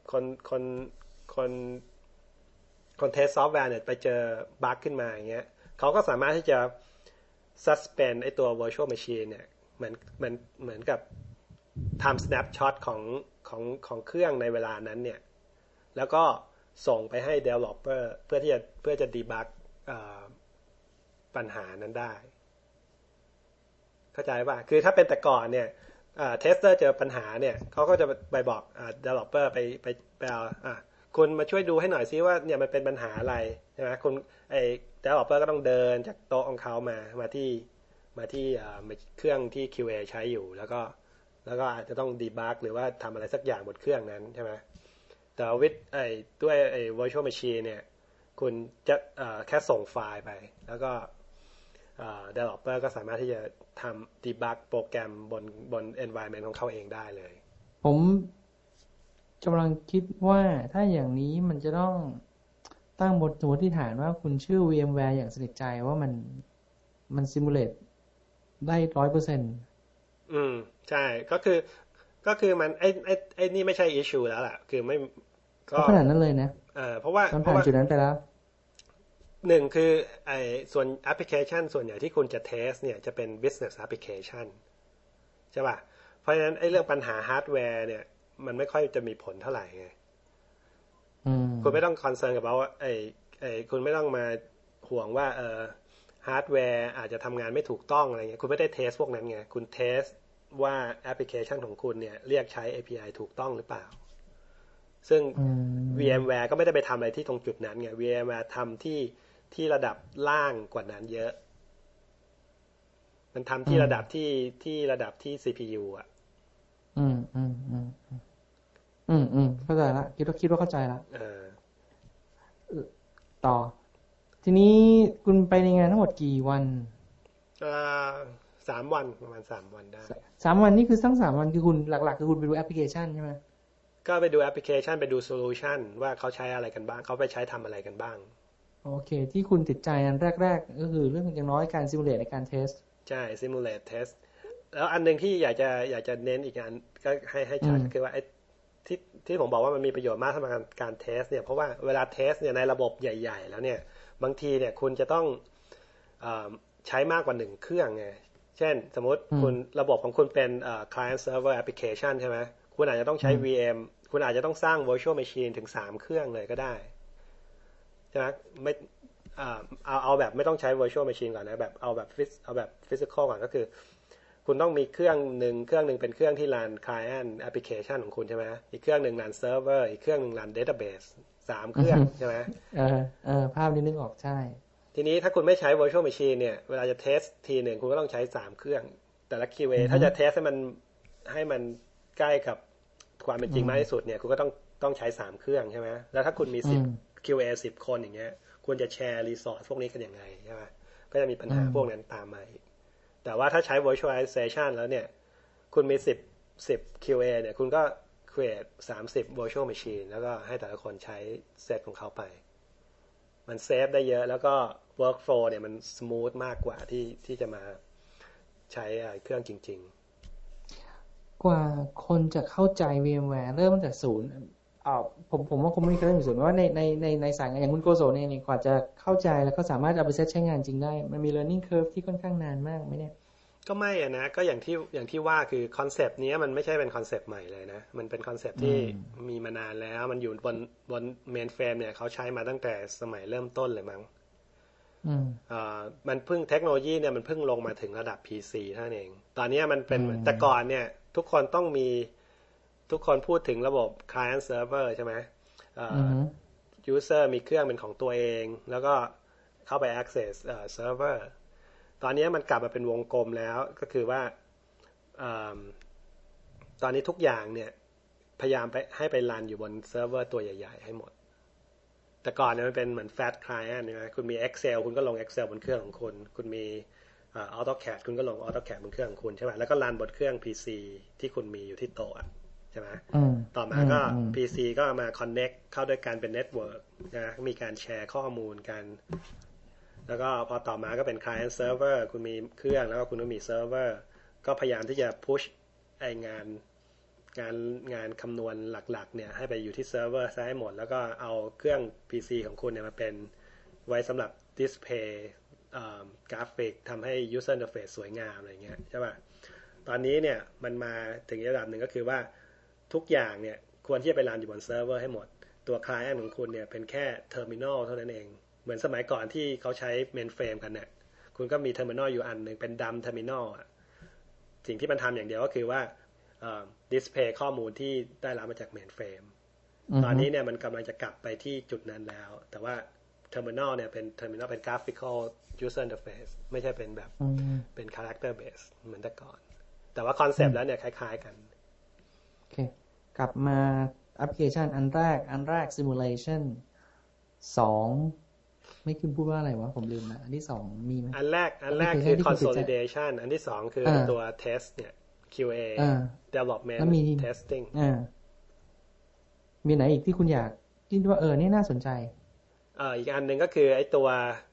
คนเทสซอฟต์แวร์เนี่ยไปเจอบั๊กขึ้นมาอย่างเงี้ยเขาก็สามารถที่จะ suspend ไอตัว virtual machine เนี่ยเหมือนกับทำ snapshot ของเครื่องในเวลานั้นเนี่ยแล้วก็ส่งไปให้ developer เพื่อจะ debug ปัญหานั้นได้เข้าใจป่ะคือถ้าเป็นแต่ก่อนเนี่ยtester เจอปัญหาเนี่ยเขาก็จะไปบอก developer ไปเอาคุณมาช่วยดูให้หน่อยซิว่าเนี่ยมันเป็นปัญหาอะไรใช่ไหมคุณdeveloper ก็ต้องเดินจากโต๊ะของเขามาที่เครื่องที่ QA ใช้อยู่แล้วก็อาจจะต้อง debug หรือว่าทำอะไรสักอย่างบนเครื่องนั้นใช่ไหมแต่ด้วยvirtual machine เนี่ยคุณจะแค่ส่งไฟล์ไปแล้วก็developer ก็สามารถที่จะทำ debug โปรแกรมบน environment ของเขาเองได้เลยผมกำลังคิดว่าถ้าอย่างนี้มันจะต้องตั้งบทสมมติฐานว่าคุณชื่อ VMware อย่างสนิทใจว่ามัน simulate ได้ 100% ใช่ก็คือมันไอ้นี่ไม่ใช่ issue แล้วล่ะคือไม่ก็ขนาดนั้นเลยนะเพราะว่ามันผ่านจุดนั้นไปแล้วหนึ่งคือส่วนแอปพลิเคชันส่วนใหญ่ที่คุณจะเทสเนี่ยจะเป็น business application ใช่ป่ะเพราะฉะนั้นไอ้เรื่องปัญหาฮาร์ดแวร์เนี่ยมันไม่ค่อยจะมีผลเท่าไหร่ไงคุณไม่ต้องคอนเซิร์นกับว่าคุณไม่ต้องมาห่วงว่าฮาร์ดแวร์อาจจะทำงานไม่ถูกต้องอะไรเงี้ยคุณไม่ได้เทสพวกนั้นไงคุณเทสว่าแอปพลิเคชันของคุณเนี่ยเรียกใช้ API ถูกต้องหรือเปล่าซึ่ง VMware ก็ไม่ได้ไปทำอะไรที่ตรงจุดนั้นไง VMware ทำที่ระดับล่างกว่านั้นเยอะมันทำที่ระดับที่ CPU อ่ะเข้าใจละคิดว่าเข้าใจละต่อทีนี้คุณไปในงานทั้งหมดกี่วัน 3 วันประมาณ3 วันได้ 3 วันนี่คือทั้ง3 วันคือคุณหลักๆคือคุณไปดูแอปพลิเคชันใช่ไหมก็ไปดูแอปพลิเคชันไปดูโซลูชันว่าเขาใช้อะไรกันบ้างเขาไปใช้ทำอะไรกันบ้างโอเคที่คุณติดใจอันแรกๆก็คือเรื่องอย่างน้อยการซิมูเลตในการเทสใช่ simulate test แล้วอันนึงที่อยากจะเน้นอีกอันก็ให้ชัดคือว่าไอ้ที่ผมบอกว่ามันมีประโยชน์มากสำหรับการเทสเนี่ยเพราะว่าเวลาเทสเนี่ยในระบบใหญ่ๆแล้วเนี่ยบางทีเนี่ยคุณจะต้องใช้มากกว่า1 เครื่องไงเช่นสมมติคุณระบบของคุณเป็นclient server application ใช่ไหมคุณอาจจะต้องใช้ VM คุณอาจจะต้องสร้าง virtual machine ถึง3 เครื่องเลยก็ได้ใช่ไหมไม่เอาแบบไม่ต้องใช้ virtual machine ก่อนนะแบบเอาแบบ physical ก่อนก็คือคุณต้องมีเครื่องหนึ่งเป็นเครื่องที่รัน client application ของคุณใช่ไหมอีกเครื่องหนึ่งรัน server อีกเครื่องหนึ่งรัน database 3 เครื่องใช่ไหมภาพนี้นึกออกใช่ทีนี้ถ้าคุณไม่ใช้ virtual machine เนี่ยเวลาจะเทสทีหนึ่งคุณก็ต้องใช้3 เครื่องแต่ละ QA ถ้าจะเทสให้มันใกล้กับความเป็นจริงมากที่สุดเนี่ยคุณก็ต้องใช้3 เครื่องใช่ไหมแล้วถ้าคุณมี10 QA 10 คนอย่างเงี้ยควรจะแชร์รีซอร์สพวกนี้กันยังไงใช่ไหมก็จะมีปัญหาพวกนั้นตามมาแต่ว่าถ้าใช้ virtualization แล้วเนี่ยคุณมี10 QA เนี่ยคุณก็ create 30 virtual machine แล้วก็ให้แต่ละคนใช้เซตของเขาไปมันเซฟได้เยอะแล้วก็ workflow เนี่ยมัน smooth มากกว่าที่จะมาใช้เครื่องจริงกว่าคนจะเข้าใจ VMware เริ่มตั้งแต่ศูนย์ผมว่าคงไม่มีใครเริ่มจากศูนย์ว่าในสายงานอย่างคุณโกโซเนี่ยกว่าจะเข้าใจแล้วก็สามารถเอาไปเซตใช้งานจริงได้มันมี learning curve ที่ค่อนข้างนานมากไหมเนี่ยก็ไม่อะนะก็อย่างที่ว่าคือคอนเซปต์นี้มันไม่ใช่เป็นคอนเซปต์ใหม่เลยนะมันเป็นคอนเซปต์ที่มีมานานแล้วมันอยู่บนเมนเฟรมเนี่ยเขาใช้มาตั้งแต่สมัยเริ่มต้นเลยมั้งมันเพิ่งเทคโนโลยีเนี่ยมันเพิ่งลงมาถึงระดับ PC เท่านั้นเองตอนนี้มันเป็นแต่ก่อนเนี่ยทุกคนพูดถึงระบบ client server ใช่ไหมuser มีเครื่องเป็นของตัวเองแล้วก็เข้าไป access server ตอนนี้มันกลับมาเป็นวงกลมแล้วก็คือว่าตอนนี้ทุกอย่างเนี่ยพยายามให้ไปรันอยู่บนเซิร์ฟเวอร์ตัวใหญ่ๆให้หมดแต่ก่อนเนี่ยมันเป็นเหมือน fat client ใช่ไหมคุณมี Excel คุณก็ลง Excel บนเครื่องของคุณมีAutoCAD คุณก็ลง AutoCAD บนเครื่องของคุณใช่ไหมแล้วก็รันบนเครื่อง PC ที่คุณมีอยู่ที่โต๊ะใช่ไหมต่อมาก็ PC ก็มา connect เข้าด้วยกันเป็น network นะมีการแชร์ข้อมูลกันแล้วก็พอต่อมาก็เป็น client server คุณมีเครื่องแล้วก็คุณก็มี server ก็พยายามที่จะ push ไองานคำนวณหลักๆเนี่ยให้ไปอยู่ที่ server ซะให้หมดแล้วก็เอาเครื่อง PC ของคุณเนี่ยมาเป็นไว้สำหรับ display กราฟิกทำให้ user interface สวยงามอะไรเงี้ยใช่ป่ะตอนนี้เนี่ยมันมาถึงระดับหนึ่งก็คือว่าทุกอย่างเนี่ยควรที่จะไปรันอยู่บนเซิร์ฟเวอร์ให้หมดตัว client ของคุณเนี่ยเป็นแค่ terminal เท่านั้นเองเหมือนสมัยก่อนที่เขาใช้ mainframe กันเนี่ยคุณก็มี terminal อยู่อันหนึ่งเป็น dumb terminal สิ่งที่มันทำอย่างเดียวก็คือว่าdisplay ข้อมูลที่ได้รับมาจาก mainframe ตอนนี้เนี่ยมันกำลังจะกลับไปที่จุดนั้นแล้วแต่ว่า terminal เนี่ยเป็น terminal เป็น graphical user interface ไม่ใช่เป็นแบบเป็น character based เหมือนแต่ก่อนแต่ว่าคอนเซปต์แล้วเนี่ยคล้ายๆกันโอเคกลับมาแอปพลิเคชันอันแรก simulation 2ไม่คุณพูดว่าอะไรวะผมลืมนะอันที่2มีไหมอันแรกคือ consolidation อันที่2คือตัว test เนี่ย QA development testing มีไหนอีกที่คุณอยากคิดว่านี่น่าสนใจอีกอันหนึ่งก็คือไอ้ตัว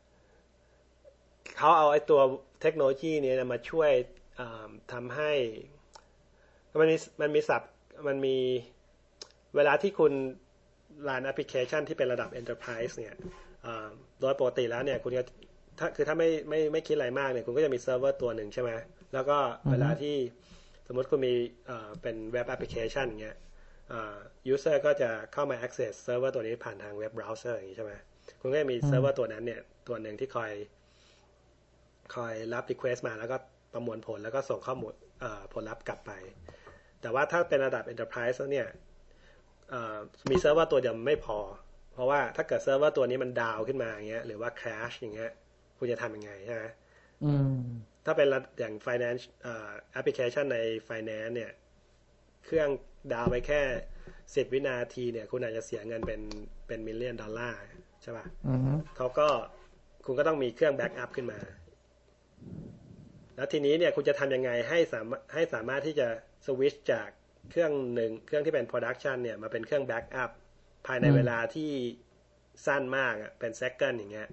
เขาเอาไอ้ตัวเทคโนโลยีนี้มาช่วยทำให้มันมีศัพท์มันมีเวลาที่คุณรันแอปพลิเคชันที่เป็นระดับ Enterprise เนี่ยโดยปกติแล้วเนี่ยคุณถ้าไม่คิดอะไรมากเนี่ยคุณก็จะมีเซิร์ฟเวอร์ตัวหนึ่งใช่ไหมแล้วก็เวลาที่สมมติคุณมีเป็นเว็บแอปพลิเคชันอย่างเงี้ยuser ก็จะเข้ามา access เซิร์ฟเวอร์ตัวนี้ผ่านทางเว็บเบราว์เซอร์อย่างนี้ใช่ไหมคุณก็จะมีเซิร์ฟเวอร์ตัวนั้นเนี่ยตัวหนึ่งที่คอยรับ request มาแล้วก็ประมวลผลแล้วก็ส่งข้อมูลผลลัพธ์กลับไปแต่ว่าถ้าเป็นระดับ Enterprise แล้วเนี่ยมีเซิร์ฟเวอร์ตัวเดียวไม่พอเพราะว่าถ้าเกิดเซิร์ฟเวอร์ตัวนี้มันดาวขึ้นมาอย่างเงี้ยหรือว่า crash อย่างเงี้ยคุณจะทำยังไงใช่ไหมถ้าเป็นอย่าง finance application ใน finance เนี่ยเครื่องดาวไปแค่10 วินาทีเนี่ยคุณอาจจะเสียเงินเป็น$1 millionใช่ป่ะคุณก็ต้องมีเครื่องแบ็กอัพขึ้นมาแล้วทีนี้เนี่ยคุณจะทำยังไงให้สามารถที่จะสวิตช์จากเครื่องที่เป็น production เนี่ยมาเป็นเครื่องแบ็กอัพภายในเวลาที่สั้นมากเป็น second อย่างเงี้ย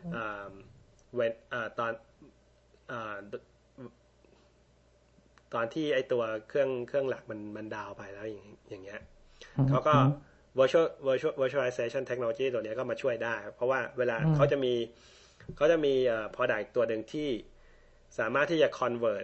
ตอนที่ไอตัวเครื่องหลักมันดาวไปแล้วอย่างเงี้ยเขาก็ virtualization technology ตัวนี้ก็มาช่วยได้เพราะว่าเวลาเขาจะมีproduct ตัวหนึ่งที่สามารถที่จะ convert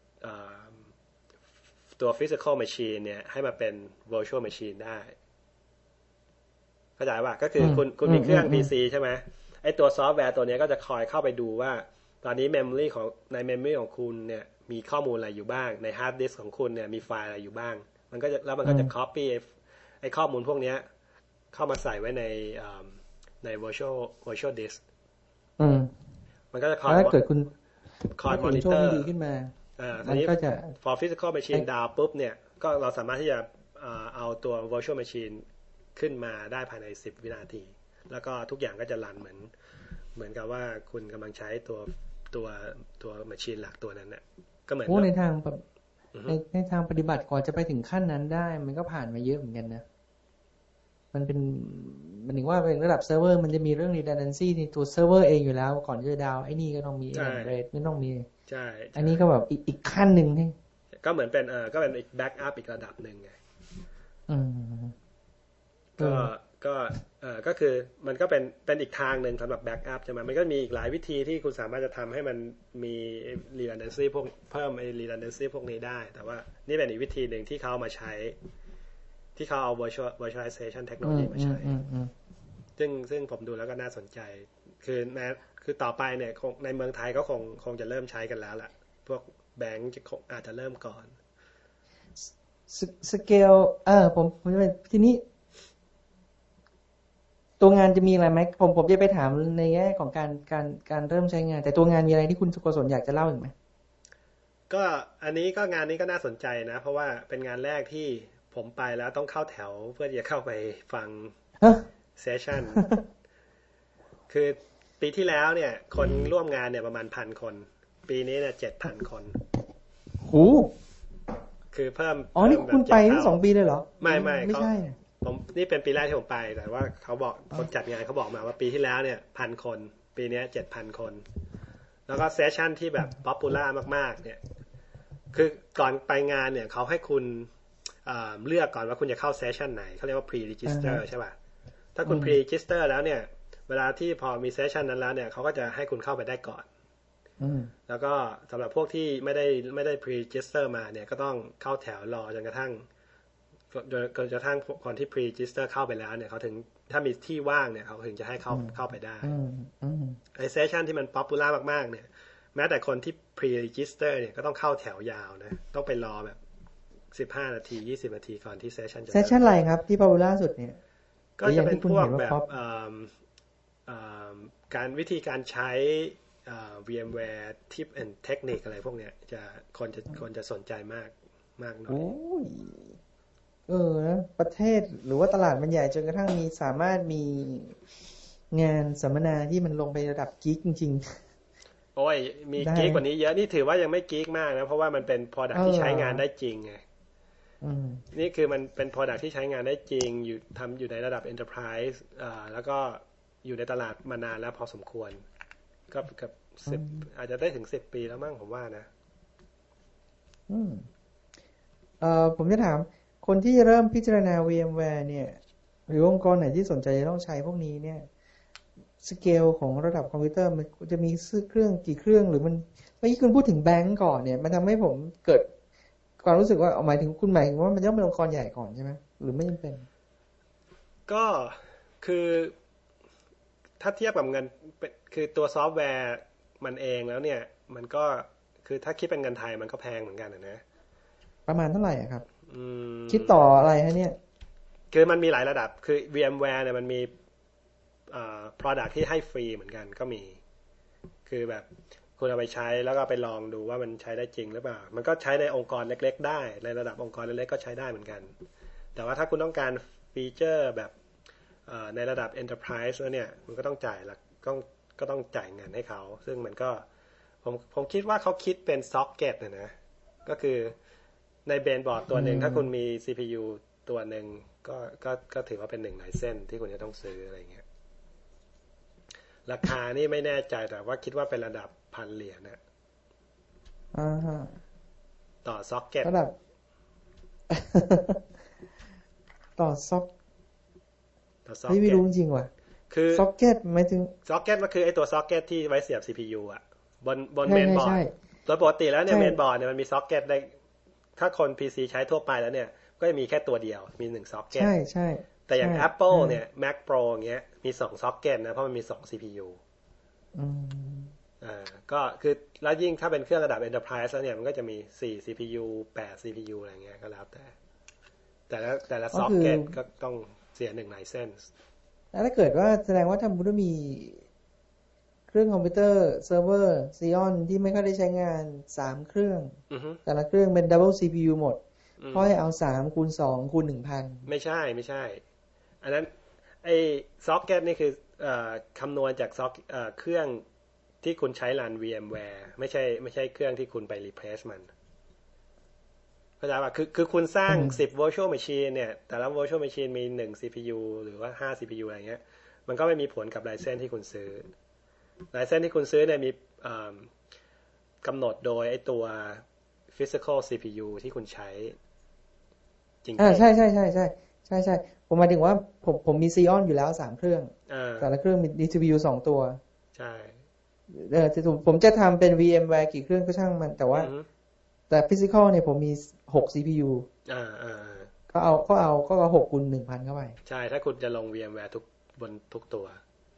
ตัว physical machine เนี่ยให้มาเป็น virtual machine ได้เข้าใจป่ะก็คือคุณมีเครื่อง PC ใช่ไหมไอตัวซอฟต์แวร์ตัวนี้ก็จะคอยเข้าไปดูว่าตอนนี้ memory ใน memory ของคุณเนี่ยมีข้อมูลอะไรอยู่บ้างใน hard disk ของคุณเนี่ยมีไฟล์อะไรอยู่บ้างมันก็จะ copy ไอข้อมูลพวกนี้เข้ามาใส่ไว้ใน virtual disk มันก็จะคอยถ้าเกิดคุณคอย monitor ดีขึ้นมามันก็จะ for physical machine down ปุ๊บเนี่ยก็เราสามารถที่จะเอาตัว virtual machine ขึ้นมาได้ภายใน10 วินาทีแล้วก็ทุกอย่างก็จะรันเหมือนกับว่าคุณกำลังใช้ตัว machine หลักตัวนั้นน่ะก็เหมือนในทางปฏิบัติก่อนจะไปถึงขั้นนั้นได้มันก็ผ่านมาเยอะเหมือนกันนะมันเป็นมันถึงว่าเป็นระดับเซิร์ฟเวอร์มันจะมีเรื่อง redundancy ในตัวเซิร์ฟเวอร์เองอยู่แล้วก่อนจะดาวไอ้นี่ก็ต้องมีเรทไม่ต้องมีใช่อันนี้ก็แบบอีกขั้นหนึ่งนี่ก็เหมือนเป็นก็เป็นอีกแบ็กอัพอีกระดับหนึ่งไงก็คือมันก็เป็นอีกทางหนึ่งสำหรับแบ็กอัพใช่ไหมมันก็มีอีกหลายวิธีที่คุณสามารถจะทำให้มันมี redundancy พวกเพิ่มไอ้ redundancy พวกนี้ได้แต่ว่านี่เป็นอีกวิธีหนึ่งที่เขามาใช้ที่เขาเอา virtualization technology มาใช้ซึ่งผมดูแล้วก็น่าสนใจคือต่อไปเนี่ยในเมืองไทยก็คงจะเริ่มใช้กันแล้วล่ะพวกแบงก์อาจจะเริ่มก่อนสเกลผมจะไปทีนี้ตัวงานจะมีอะไรไหมผมจะไปถามในแง่ของการเริ่มใช้งานแต่ตัวงานมีอะไรที่คุณสุกศลอยากจะเล่าอีกไหมก็อันนี้ก็งานนี้ก็น่าสนใจนะเพราะว่าเป็นงานแรกที่ผมไปแล้วต้องเข้าแถวเพื่อจะเข้าไปฟังเซสชั่นคือปีที่แล้วเนี่ยคนร่วมงานเนี่ยประมาณ 1,000 คนปีนี้เนี่ย 7,000 คนโหคือเพิ่มนี่คุณไปทั้ง2 ปีเลยเหรอไม่ใช่ผมนี่เป็นปีแรกที่ผมไปแต่ว่าเขาบอกคนจัดงานเขาบอกมาว่าปีที่แล้วเนี่ย 1,000 คนปีนี้ 7,000 คนแล้วก็เซสชั่นที่แบบป๊อปปูล่ามากๆเนี่ยคือก่อนไปงานเนี่ยเขาให้คุณเลือกก่อนว่าคุณจะเข้าเซสชั่นไหนเขาเรียกว่า pre-register ใช่ป่ะถ้าคุณ pre-register แล้วเนี่ยเวลาที่พอมีเซสชันนั้นแล้วเนี่ยเขาก็จะให้คุณเข้าไปได้ก่อนแล้วก็สำหรับพวกที่ไม่ได้ pre-register มาเนี่ยก็ต้องเข้าแถวรอจนกระทั่งคนที่ pre-register เข้าไปแล้วเนี่ยเขาถึงถ้ามีที่ว่างเนี่ยเขาถึงจะให้เข้าไปได้ไอเซสชันที่มัน popular มากๆเนี่ยแม้แต่คนที่ pre-register เนี่ยก็ต้องเข้าแถวยาวนะต้องไปรอแบบ15 นาที20 นาทีก่อนที่เซสชันจะเซสชันอะไรครับที่ popular สุดเนี่ยก็จะเป็นพวกแบบการวิธีการใช้VMware Tip and Technique อะไรพวกเนี้ยคนจะสนใจมากหน่อยนะประเทศหรือว่าตลาดมันใหญ่จนกระทั่งสามารถมีงานสัมมนาที่มันลงไประดับกิ๊กจริงๆโอ้ยมีกิ๊กกว่านี้เยอะนี่ถือว่ายังไม่กิ๊กมากนะเพราะว่ามันเป็น product ที่ใช้งานได้จริงไงนี่คือมันเป็น product ที่ใช้งานได้จริงอยู่ในระดับ enterprise แล้วก็อยู่ในตลาดมานานแล้วพอสมควรก็กับ10อาจจะได้ถึง10 ปีแล้วมั้งผมว่านะผมจะถามคนที่เริ่มพิจารณา VMware เนี่ยหรือองค์กรไหนที่สนใจจะต้องใช้พวกนี้เนี่ยสเกลของระดับคอมพิวเตอร์มันจะมีเครื่องกี่เครื่องหรือมันเมื่อกี้คุณพูดถึงแบงก์ก่อนเนี่ยมันทำให้ผมเกิดความรู้สึกว่าหมายถึงว่ามันต้องเป็นองค์กรใหญ่ก่อนใช่ไหมหรือไม่จำเป็นก็คือถ้าเทียบกับเงินคือตัวซอฟต์แวร์มันเองแล้วเนี่ยมันก็คือถ้าคิดเป็นเงินไทยมันก็แพงเหมือนกันนะประมาณเท่าไหร่ครับคิดต่ออะไรฮะเนี่ยคือมันมีหลายระดับคือ VMware เนี่ยมันมีproduct ที่ให้ฟรีเหมือนกันก็มีคือแบบคุณเอาไปใช้แล้วก็ไปลองดูว่ามันใช้ได้จริงหรือเปล่ามันก็ใช้ในองค์กรเล็กๆได้ในระดับองค์กรเล็กๆก็ใช้ได้เหมือนกันแต่ว่าถ้าคุณต้องการฟีเจอร์แบบในระดับ enterprise แล้วเนี่ยมันก็ต้องจ่ายละก็ต้องจ่ายเงินให้เขาซึ่งมันก็ผมคิดว่าเขาคิดเป็น socket นะก็คือในเบนบอร์ดตัวหนึ่งถ้าคุณมี CPU ตัวหนึ่งก็ถือว่าเป็น1 ในเส้นที่คุณจะต้องซื้ออะไรเงี้ยราคานี่ไม่แน่ใจแต่ว่าคิดว่าเป็นระดับ$1,000นะต่อ socket ระดับต่อไม่รู้จริงว่ะคือ socket หมายถึง socket มันคือไอตัว socket ที่ไว้เสียบ CPU อ่ะบนเมนบอร์ดโดยปกติแล้วเนี่ยเมนบอร์ดเนี่ยมันมี socket ได้ถ้าคน PC ใช้ทั่วไปแล้วเนี่ยก็จะมีแค่ตัวเดียวมี1 socket ใช่แต่อย่าง Apple เนี่ย Mac Pro อย่างเงี้ยมี2 socket นะเพราะมันมี2 CPU ก็คือแล้วยิ่งถ้าเป็นเครื่องระดับ Enterprise แล้วเนี่ยมันก็จะมี4 CPU 8 CPU อะไรเงี้ยก็แล้วแต่ละ socket ก็ต้องเสีย1 license แล้วถ้าเกิดว่าแสดงว่าถ้าคุณมีเครื่องคอมพิวเตอร์เซิร์ฟเวอร์ Xeon ที่ไม่ค่อยได้ใช้งาน3 เครื่องแต่ละเครื่องเป็น Double CPU หมดก็ให้เอา3 คูณ 2 คูณ 1,000 ไม่ใช่อันนั้นไอ้ซ็อกเก็ตนี่คือคำนวณจากเครื่องที่คุณใช้รัน VMware ไม่ใช่เครื่องที่คุณไป replace มันเพเข้าใจป่ะคือคุณสร้าง10 virtual machine เนี่ยแต่ละ virtual machine มี1 CPU หรือว่า5 CPU อะไรเงี้ยมันก็ไม่มีผลกับไลเซนส์ที่คุณซื้อไลเซนส์ที่คุณซื้อเนี่ยมีกำหนดโดยไอ้ตัว physical CPU ที่คุณใช้จริงๆใช่ใช่ใช่ใช่ใช่ใช่ผมหมายถึงว่าผมมี Xeon อยู่แล้ว3เครื่องแต่ละเครื่องมี CPU 2ตัวใช่ผมจะทำเป็น VMware กี่เครื่องก็ช่างมันแต่ว่าแต่ physical เนี่ยผมมี6 CPU ก็เอา6 คูณ 1,000 เข้าไปใช่ถ้าคุณจะลง VMware บนทุกตัว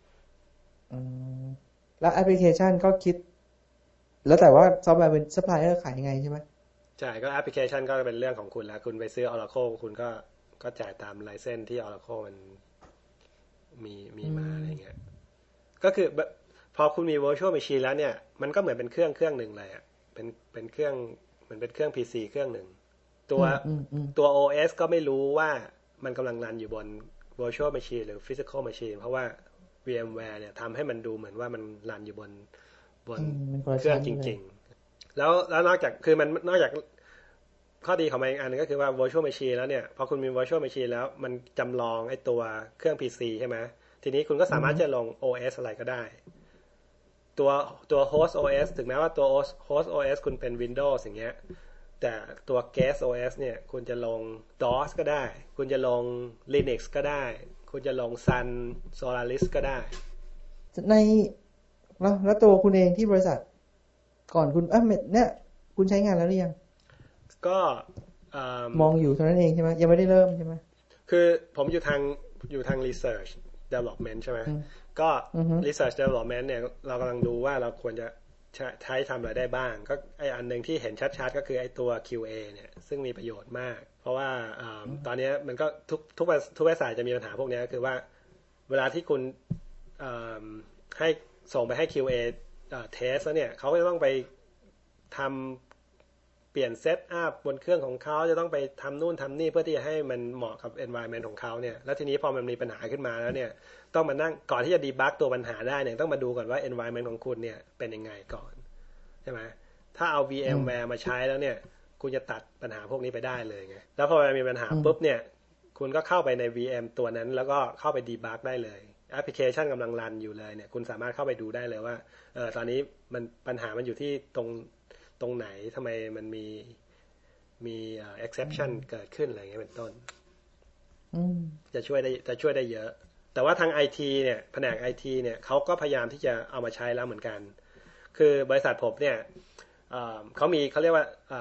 แล้วแอปพลิเคชันก็คิดแล้วแต่ว่าซอฟต์แวร์เป็นซัพพลายเออร์ขายยังไงใช่ไหมใช่ก็แอปพลิเคชันก็เป็นเรื่องของคุณแล้วคุณไปซื้อ Oracle คุณก็จ่ายตามไลเซนส์ที่ Oracle มันมีมาอะไรเงี้ยก็คือพอคุณมี virtual machine แล้วเนี่ยมันก็เหมือนเป็นเครื่องหนึ่งเลยอ่ะเป็นเครื่องเหมือนเป็นเครื่อง PC เครื่องหนึ่งตัว OS ก็ไม่รู้ว่ามันกำลังรันอยู่บน virtual machine หรือ physical machine เพราะว่า VMware เนี่ยทำให้มันดูเหมือนว่ามันรันอยู่บนเครื่องจริงๆแล้วนอกจากคือมันนอกจากข้อดีของมันอีกอันนึงก็คือว่า virtual machine แล้วเนี่ยพอคุณมี virtual machine แล้วมันจำลองไอ้ตัวเครื่อง PC ใช่ไหมทีนี้คุณก็สามารถจะลง OS อะไรก็ได้ตัว host OS ถึงแม้ว่าตัว host OS คุณเป็น Windows อย่างเงี้ยแต่ตัว guest OS เนี่ยคุณจะลง DOS ก็ได้คุณจะลง Linux ก็ได้คุณจะลง Sun Solaris ก็ได้ในแล้วตัวคุณเองที่บริษัทก่อนคุณเนี่ยคุณใช้งานแล้วหรือยังก็มองอยู่เท่านั้นเองใช่ไหมยังไม่ได้เริ่มใช่ไหมคือผมอยู่ทาง research development ใช่ไหมก็ research development เนี่ยเรากำลังดูว่าเราควรจะใช้ทำอะไรได้บ้างก็ไออันหนึ่งที่เห็นชัดๆก็คือไอตัว QA เนี่ยซึ่งมีประโยชน์มากเพราะว่าตอนนี้มันก็ทุกบริษัทจะมีปัญหาพวกนี้คือว่าเวลาที่คุณให้ส่งไปให้ QA test แล้วเนี่ยเขาก็จะต้องไปทำเปลี่ยนเซตอัพบนเครื่องของเขาจะต้องไปทำนู่นทำนี่เพื่อที่จะให้มันเหมาะกับ environment ของเขาเนี่ยแล้วทีนี้พอมันมีปัญหาขึ้นมาแล้วเนี่ยต้องมานั่งก่อนที่จะดีบักตัวปัญหาได้เนี่ยต้องมาดูก่อนว่า environment ของคุณเนี่ยเป็นยังไงก่อนใช่ไหมถ้าเอา VMware มาใช้แล้วเนี่ยคุณจะตัดปัญหาพวกนี้ไปได้เลยไงแล้วพอมันมีปัญหาปุ๊บเนี่ยคุณก็เข้าไปใน VM ตัวนั้นแล้วก็เข้าไปดีบักได้เลยแอปพลิเคชันกำลังรันอยู่เลยเนี่ยคุณสามารถเข้าไปดูได้เลยว่าตอนนี้มันปัญหามันอยู่ที่ตรงไหนทำไมมันมีexception เกิดขึ้นอะไรเงี้ยเป็นต้นจะช่วยได้เยอะแต่ว่าทาง IT เนี่ยแผนก IT เนี่ยเขาก็พยายามที่จะเอามาใช้แล้วเหมือนกันคือบริษัทผมเนี่ยเขาเรียกว่า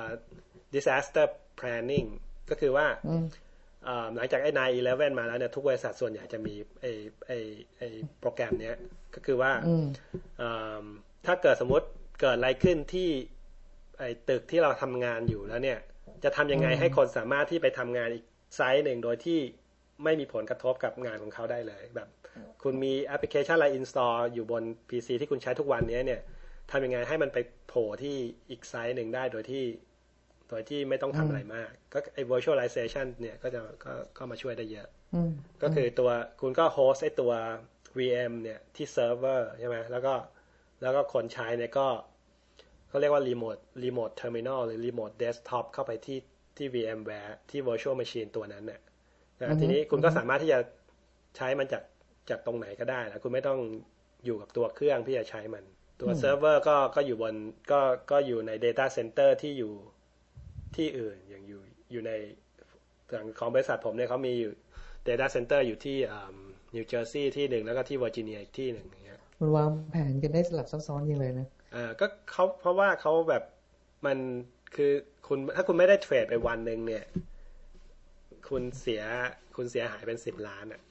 disaster planning ก็คือว่าหลังจากไอ้ 9/11 มาแล้วเนี่ยทุกบริษัทส่วนใหญ่จะมีไอ้โปรแกรมเนี้ยก็คือว่าถ้าเกิดสมมติเกิดอะไรขึ้นที่ไอ้ตึกที่เราทำงานอยู่แล้วเนี่ยจะทำยังไงให้คนสามารถที่ไปทำงานอีกไซต์หนึ่งโดยที่ไม่มีผลกระทบกับงานของเขาได้เลยแบบคุณมีแอปพลิเคชันอะไร install อยู่บน PC ที่คุณใช้ทุกวันนี้เนี่ยทำยังไงให้มันไปโผล่ที่อีกไซต์หนึ่งได้โดยที่ไม่ต้องทำอะไรมากก็ไอ้ virtualization เนี่ยก็มาช่วยได้เยอะก็คือตัวคุณก็โฮสต์ไอ้ตัว VM เนี่ยที่เซิร์ฟเวอร์ใช่ไหมแล้วก็คนใช้เนี่ยก็เขาเรียกว่า remote terminal หรือ remote desktop เข้าไปที่ VMware ที่ virtual machine ตัวนั้นเนี่ยทีนี้คุณก็สามารถที่จะใช้มันจากตรงไหนก็ได้นะคุณไม่ต้องอยู่กับตัวเครื่องที่จะใช้มันตัวเซิร์ฟเวอร์ก็อยู่บนก็อยู่ใน data center ที่อยู่ที่อื่นอย่างอยู่ในของบริษัทผมเนี่ยเขามีอยู่ data center อยู่ที่นิวเจอร์ซีย์ที่หนึ่งแล้วก็ที่เวอร์จิเนียอีกที่หนึ่งอย่างเงี้ยมันวางแผนกันได้สลับซับซ้อนยังเลยนะก็เขาเพราะว่าเขาแบบมันคือคุณถ้าคุณไม่ได้เทรดไปวันนึงเนี่ยคุณเสียหายเป็น10 ล้านอ่ะ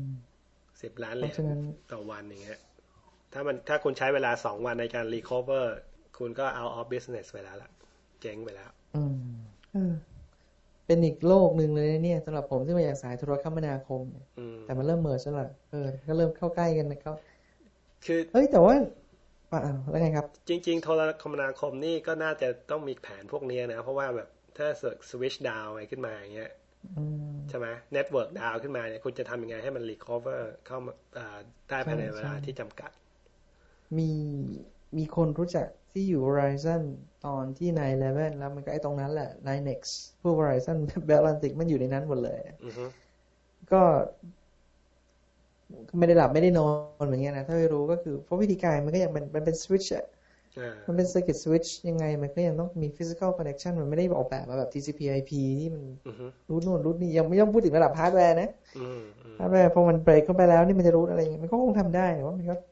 10 ล้านเหรียญต่อวันอย่างเงี้ยถ้าคุณใช้เวลา2 วันในการ recover คุณก็ out of business ไปแล้วล่ะเจ๊งไปแล้วเป็นอีกโลกนึงเลยเนี่ยสำหรับผมที่มาจากสายโทรคมนาคมแต่มันเริ่มเมิร์จแล้วล่ะก็เริ่มเข้าใกล้กันนะครับคือแต่ว่าแล้วไงครับจริงๆโทรคมนาคมนี่ก็น่าจะต้องมีแผนพวกนี้นะเพราะว่าแบบถ้าสวิตช์ดาวน์อะไรขึ้นมาอย่างเงี้ยใช่ไหมเน็ตเวิร์กดาวน์ขึ้นมาเนี่ยคุณจะทำยังไงให้มันรีคอเวอร์เข้ามาได้ภายในเวลาที่จำกัดมีคนรู้จักที่อยู่ Verizon ตอนที่ 9/11 แล้วมันก็ไอ้ตรงนั้นแหละ 9Nex พวก Verizon Atlantic มันอยู่ในนั้นหมดเลยก็ไม่ได้หลับไม่ได้นอนอย่างเงี้ยนะถ้าไม่รู้ก็คือเพราะวิธีการมันก็ยังมันเป็นสวิตช์อ่ะมันเป็น circuit switch ยังไงมันก็ยังต้องมี physical connection มันไม่ได้ออกแบบมาแบบ TCP/IP ที่มันรูทโน่นรูทนี่ยังไม่ต้องพูดถึงระดับฮาร์ดแวร์นะฮาร์ดแวร์พอมันเบรกเข้าไปแล้วนี่มันจะรูทอะไรอย่างเงี้ยมันก็คงทำได้แต่ว่ามันก็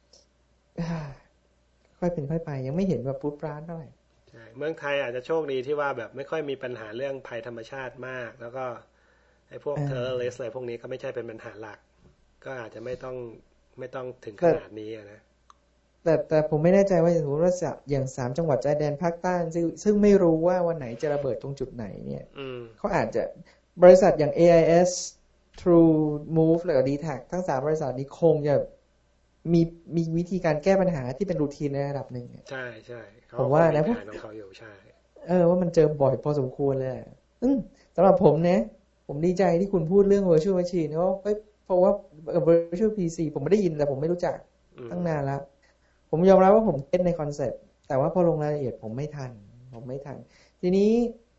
ค่อยเป็นค่อยไปยังไม่เห็นแบบปุ๊บปราดเท่าไหร่ใช่เมืองไทยอาจจะโชคดีที่ว่าแบบไม่ค่อยมีปัญหาเรื่องภัยธรรมชาติมากแล้วก็ไอ้พวกterroristอะไรพวกนี้ก็ไม่ใช่เป็นปัญหาหลักก็อาจจะไม่ต้องถึงขนาดนี้นะแต่ผมไม่แน่ใจว่าสมมติว่าอย่าง3จังหวัดชายแดนภาคใต้ซึ่งไม่รู้ว่าวันไหนจะระเบิดตรงจุดไหนเนี่ยเขาอาจจะบริษัทอย่าง AIS True Move แล้วก็ DTAC ทั้ง3บริษัทนี้คงจะมีวิธีการแก้ปัญหาที่เป็นรูทีนในระดับหนึ่งใช่ใช่ผมว่านะของเขาอยู่ใช่ว่ามันเจอบ่อยพอสมควรเลยสำหรับผมนะผมดีใจที่คุณพูดเรื่อง Virtual Machine เพราะว่า Virtual PC ผมไม่ได้ยินแต่ผมไม่รู้จักตั้งนานแล้วผมยอมรับว่าผมเก็ตในคอนเซ็ปต์แต่ว่าพอลงรายละเอียดผมไม่ทันทีนี้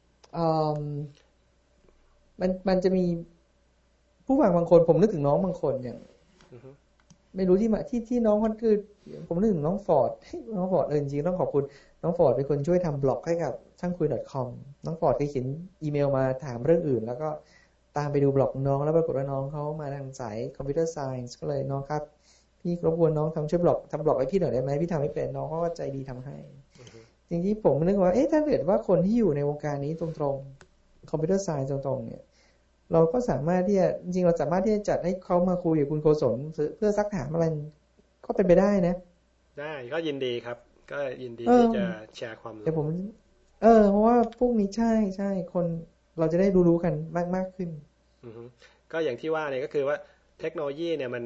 มันจะมีผู้ฟังบางคนผมนึกถึงน้องบางคนอย่างไม่รู้ที่มาที่น้องคนคือผมนึกถึงน้องฟอร์ดจริงๆต้องขอบคุณน้องฟอร์ดเป็นคนช่วยทำบล็อกให้กับช่างคุย .com น้องฟอร์ดเคยเขียนอีเมลมาถามเรื่องอื่นแล้วก็ตามไปดูบล็อกน้องแล้วปรากฏว่าน้องเขามาทางสายคอมพิวเตอร์ไซน์ก็ช่วยน้องครับพี่รบกวนน้องทำบล็อกให้พี่หน่อยได้ไหมพี่ทำไม่เป็นน้องก็ใจดีทำให้จริงๆผมนึกว่าถ้าเกิดว่าคนที่อยู่ในวงการนี้ตรงๆคอมพิวเตอร์ไซน์ตรงๆเนี่ยเราก็สามารถที่จะจริงๆเราสามารถที่จะจัดให้เขามาคุยกับคุณโกศลเพื่อซักถามอะไรก็เป็นไปได้นะได้ก็ยินดีครับก็ยินดีที่จะแชร์ความรู้แต่ผมเพราะว่าพวกนี้ใช่คนเราจะได้รู้กันมากขึ้นก็อย่างที่ว่าเนี่ยก็คือว่าเทคโนโลยีเนี่ยมัน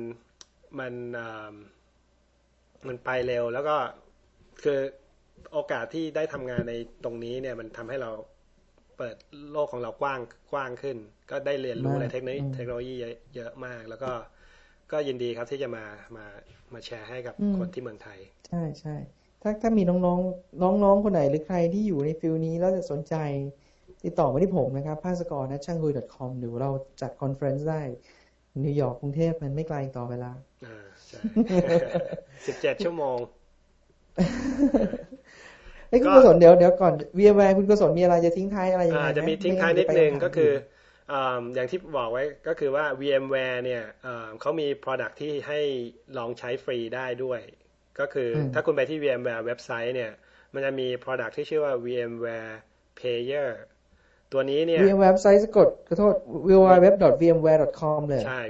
ไปเร็วแล้วก็คือโอกาสที่ได้ทำงานในตรงนี้เนี่ยมันทำให้เราเปิดโลกของเรากว้างขึ้นก็ได้เรียนรู้อะไรเทคโนโลยีเยอะมากแล้วก็ยินดีครับที่จะมาแชร์ให้กับคนที่เมืองไทยใช่ถ้ามีน้องคนไหนหรือใครที่อยู่ในฟิลนี้แล้วจะสนใจติดต่อมาที่ผมนะครับภาสกร@ช่างคุย .com หรือเราจัดคอนเฟอเรนซ์ได้นิวยอร์กกรุงเทพมันไม่ไกลต่อเวลาใช่17 ชั่วโมงคุณกศลเดี๋ยวก่อน VMware คุณกศลมีอะไรจะทิ้งท้ายอะไรยังไงจะมีทิ้งท้ายนิดนึงก็คืออย่างที่บอกไว้ก็คือว่า VMware เนี่ยเขามี product ที่ให้ลองใช้ฟรีได้ด้วยก็คือถ้าคุณไปที่ VMware เว็บไซต์เนี่ยมันจะมี product ที่ชื่อว่า VMware Payer ตัวนี้เนี่ย VMware เว็บไซต์สะกดขอโทษ www.vmware.com เลยใช่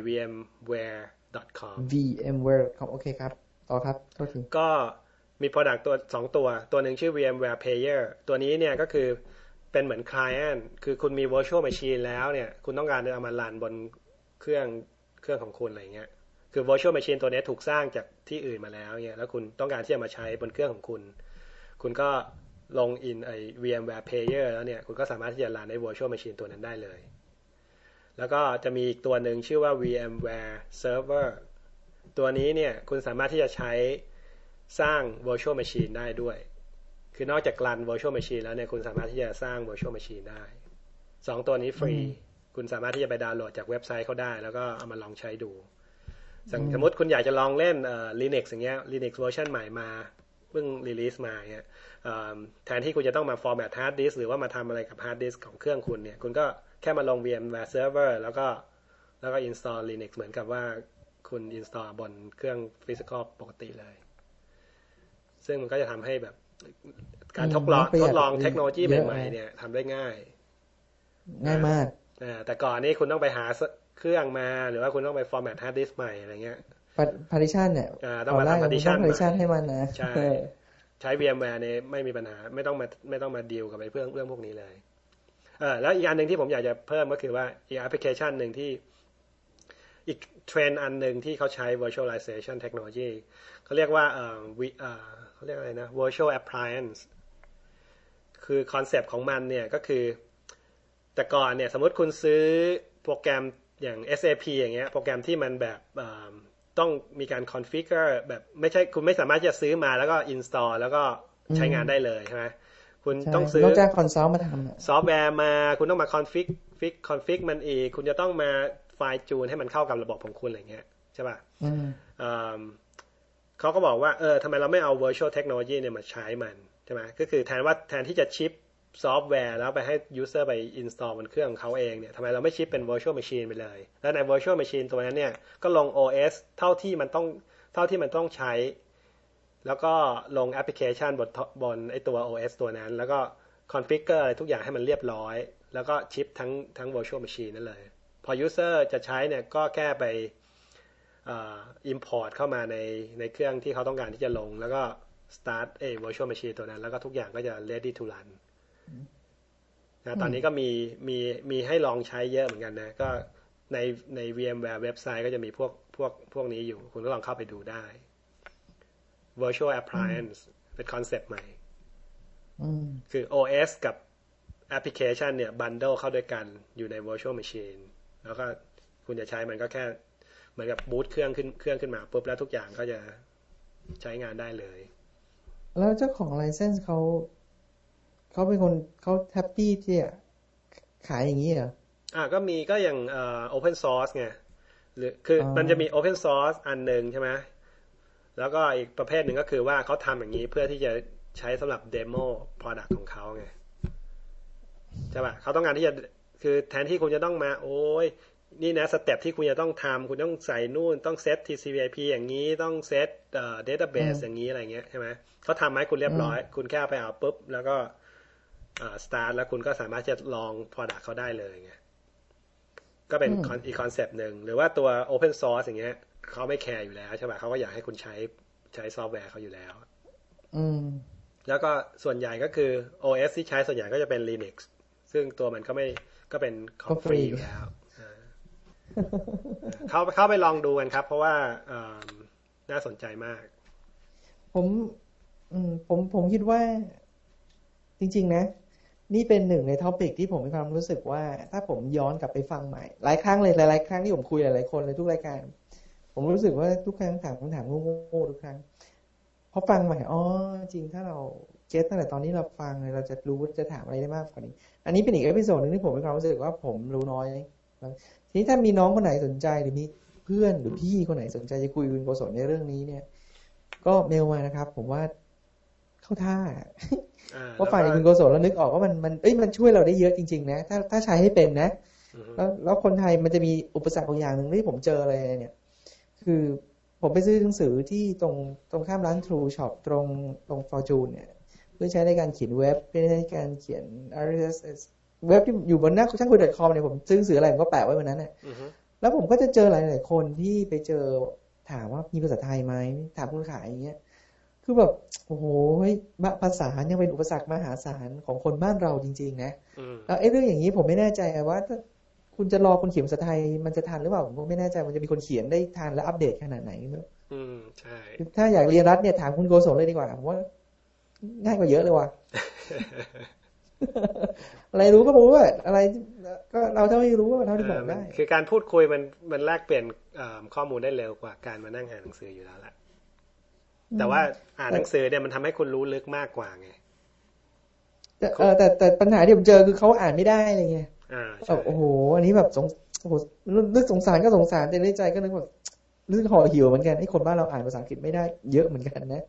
vmware.com vmware.com โอเคครับต่อครับโทษทีก็มี product 2 ตัวหนึ่งชื่อ VMware Payer ตัวนี้เนี่ยก็คือเป็นเหมือน client คือคุณมี virtual machine แล้วเนี่ยคุณต้องการจะเอามารันบนเครื่องของคุณอะไรเงี้ยคือ virtual machine ตัวนี้ถูกสร้างจากที่อื่นมาแล้วเนี่ยแล้วคุณต้องการที่จะมาใช้บนเครื่องของคุณก็ลง in ไอ้ VMware Payer แล้วเนี่ยคุณก็สามารถที่จะรันใน virtual machine ตัวนั้นได้เลยแล้วก็จะมีอีกตัวหนึ่งชื่อว่า VMware Server ตัวนี้เนี่ยคุณสามารถที่จะใช้สร้าง virtual machine ได้ด้วยคือนอกจากรัน virtual machine แล้วเนี่ยคุณสามารถที่จะสร้าง virtual machine ได้2ตัวนี้ฟรีคุณสามารถที่จะไปดาวน์โหลดจากเว็บไซต์เขาได้แล้วก็เอามาลองใช้ดูสมมติคุณอยากจะลองเล่นLinux อย่างเงี้ย Linux เวอร์ชันใหม่มาเพิ่งรีลีสมาเงี้ยแทนที่คุณจะต้องมา format hard disk หรือว่ามาทำอะไรกับ hard disk ของเครื่องคุณเนี่ยคุณก็แค่มาลง VMware Server แล้วก็ install Linux เหมือนกับว่าคุณ install บนเครื่อง physical ปกติเลยซึ่งมันก็จะทำให้แบบการทดลองเทคโนโลยีใหม่ๆเนี่ยทำได้ง่ายมากแต่ก่อนนี่คุณต้องไปหาเครื่องมาหรือว่าคุณต้องไป format hard disk ใหม่อะไรเงี้ย partition เนี่ยต้องมาทำ partition ให้มันนะใช้ VMware เนี่ยไม่มีปัญหาไม่ต้องมาดีลกับไอ้เรื่องพวกนี้เลยแล้วอีกอันนึงที่ผมอยากจะเพิ่มก็คือว่าอีกแอปพลิเคชันนึงที่อีกเทรนด์อันนึงที่เขาใช้ virtualization technology เขาเรียกว่าเขาเรียกอะไรนะ virtual appliance คือคอนเซปต์ของมันเนี่ยก็คือแต่ก่อนเนี่ยสมมติคุณซื้อโปรแกรมอย่าง SAP อย่างเงี้ยโปรแกรมที่มันแบบต้องมีการ configure แบบไม่ใช่คุณไม่สามารถจะซื้อมาแล้วก็ install แล้วก็ใช้งานได้เลยใช่ไหมคุณต้องซื้อจ้างคอนซัลท์มาทำซอฟต์แวร์มาคุณต้องมา config มันอีกคุณจะต้องมาไฟล์จูนให้มันเข้ากับระบบของคุณอะไรเงี้ยใช่ป่ะเขาก็บอกว่าทำไมเราไม่เอา virtual technology เนี่ยมาใช้มันใช่ไหมก็คือแทนที่จะชิปซอฟต์แวร์แล้วไปให้ user ไป install บนเครื่องของเขาเองเนี่ยทำไมเราไม่ชิปเป็น virtual machine ไปเลยแล้วใน virtual machine ตัวนั้นเนี่ยก็ลง OS เท่าที่มันต้องใช้แล้วก็ลงแอปพลิเคชันบนไอตัว OS ตัวนั้นแล้วก็ configure อะไรทุกอย่างให้มันเรียบร้อยแล้วก็ชิปทั้ง virtual machine นั่นเลยพอ user จะใช้เนี่ยก็แค่ไปimport เข้ามาในเครื่องที่เขาต้องการที่จะลงแล้วก็ start virtual machine ตัวนั้นแล้วก็ทุกอย่างก็จะ ready to run นะตอนนี้ก็มีให้ลองใช้เยอะเหมือนกันนะก็ใน VMware เว็บไซต์ก็จะมีพวกนี้อยู่คุณก็ลองเข้าไปดูได้ virtual appliance เป็นคอนเซปต์ใหม่คือ OS กับแอปพลิเคชันเนี่ย bundle เข้าด้วยกันอยู่ใน virtual machine แล้วก็คุณจะใช้มันก็แค่เหมือนกับบูตเครื่องขึ้นมาปุ๊บแล้วทุกอย่างก็จะใช้งานได้เลยแล้วเจ้าของ license เขาเป็นคนเขาแฮปปี้ที่จะขายอย่างนี้เหรอก็อย่างopen source ไงหรือคือมันจะมี open source อันนึงใช่ไหมแล้วก็อีกประเภทหนึ่งก็คือว่าเขาทำอย่างนี้เพื่อที่จะใช้สำหรับ demo product ของเขาไงใช่ป่ะเขาต้องการที่จะคือแทนที่คุณจะต้องมาโอ้ยนี่นะสเต็ปที่คุณจะต้องทำคุณต้องใส่นู่นต้องเซต TCP/IP อย่างนี้ต้องเซตdatabase อย่างนี้อะไรเงี้ยใช่ไหมเขาทำให้คุณเรียบร้อยคุณแค่ไปเอาปุ๊บแล้วก็start แล้วคุณก็สามารถจะลอง product เขาได้เลยไงก็เป็นอีกคอนเซปต์หนึ่งหรือว่าตัว open source อย่างเงี้ยเขาไม่แคร์อยู่แล้วใช่ป่ะเขาก็อยากให้คุณใช้ซอฟต์แวร์เขาอยู่แล้วแล้วก็ส่วนใหญ่ก็คือ OS ที่ใช้ส่วนใหญ่ก็จะเป็น Linux ซึ่งตัวมันก็เป็นของฟรีอยู่แล้วเข้าไปลองดูกันครับเพราะว่าน่าสนใจมากผมคิดว่าจริงๆนะนี่เป็นหนึ่งในท็อปิกที่ผมมีความรู้สึกว่าถ้าผมย้อนกลับไปฟังใหม่หลายครั้งเลยหลายๆครั้งที่ผมคุยหลายๆคนเลยทุกรายการผมรู้สึกว่าทุกครั้งถามคำถามโง่ๆทุกครั้งพอฟังใหม่จริงถ้าเราเก็ตตั้งแต่ตอนนี้เราฟังเลยเราจะรู้จะถามอะไรได้มากกว่านี้อันนี้เป็นอีกเอพิโซดนึงที่ผมมีความรู้สึกว่าผมรู้น้อยทีนี้ถ้ามีน้องคนไหนสนใจหรือมีเพื่อนหรือพี่คนไหนสนใจจะคุยกับคุณโกศลในเรื่องนี้เนี่ยก็เมลมานะครับผมว่าเข้าท่าว่าฝ่ายคุณโกศลแล้วนึกออกว่ามันช่วยเราได้เยอะจริงๆนะถ้าใช้ให้เป็นนะแล้วคนไทยมันจะมีอุปสรรคบางอย่างหนึ่งที่ผมเจอเลยเนี่ยคือผมไปซื้อหนังสือที่ตรงข้ามร้าน True Shop ตรง Fortune เนี่ยเพื่อใช้ในการเขียนเว็บเพื่อใช้ในการเขียน RSS เว็บที่อยู่บนหน้าช่างคุย .com เนี่ยผมซื้อหนังสืออะไรผมก็แปะไว้บนนั้นเนี่ยแล้วผมก็จะเจอหลายๆคนที่ไปเจอถามว่ามีภาษาไทยไหมถามคนขายอย่างเงี้ยคือแบบโอ้โหภาษายังเป็นอุปสรรคมหาศาลของคนบ้านเราจริงๆนะแล้วเรื่องอย่างนี้ผมไม่แน่ใจว่าถ้าคุณจะรอคนเขียนภาษาไทยมันจะทันหรือเปล่าผมก็ไม่แน่ใจมันจะมีคนเขียนได้ทันและอัปเดตขนาดไหนไม่รู้ใช่ถ้าอยากเรียนรัฐเนี่ยถามคุณโกศลเลยดีกว่าผมว่าง่ายกว่าเยอะเลยว่ะ อะไรรู้ก็รู้ว่าอะไรก็เราเท่าที่รู้ว่าเท่าที่บอกได้คือการพูดคุยมันแลกเปลี่ยนข้อมูลได้เร็วกว่าการมานั่งอ่านหนังสืออยู่แล้วแหละแต่ว่าอ่านหนังสือเนี่ยมันทำให้คุณรู้ลึกมากกว่าไงแต่ปัญหาที่ผมเจอคือเขาอ่านไม่ได้อะไรเงี้ยโอ้โหอันนี้แบบนึกสงสารก็สงสารแต่ในใจก็นึกว่ารู้สึกห่อเหี่ยวเหมือนกันไอ้คนบ้านเราอ่านภาษาอังกฤษไม่ได้เยอะเหมือนกันนะ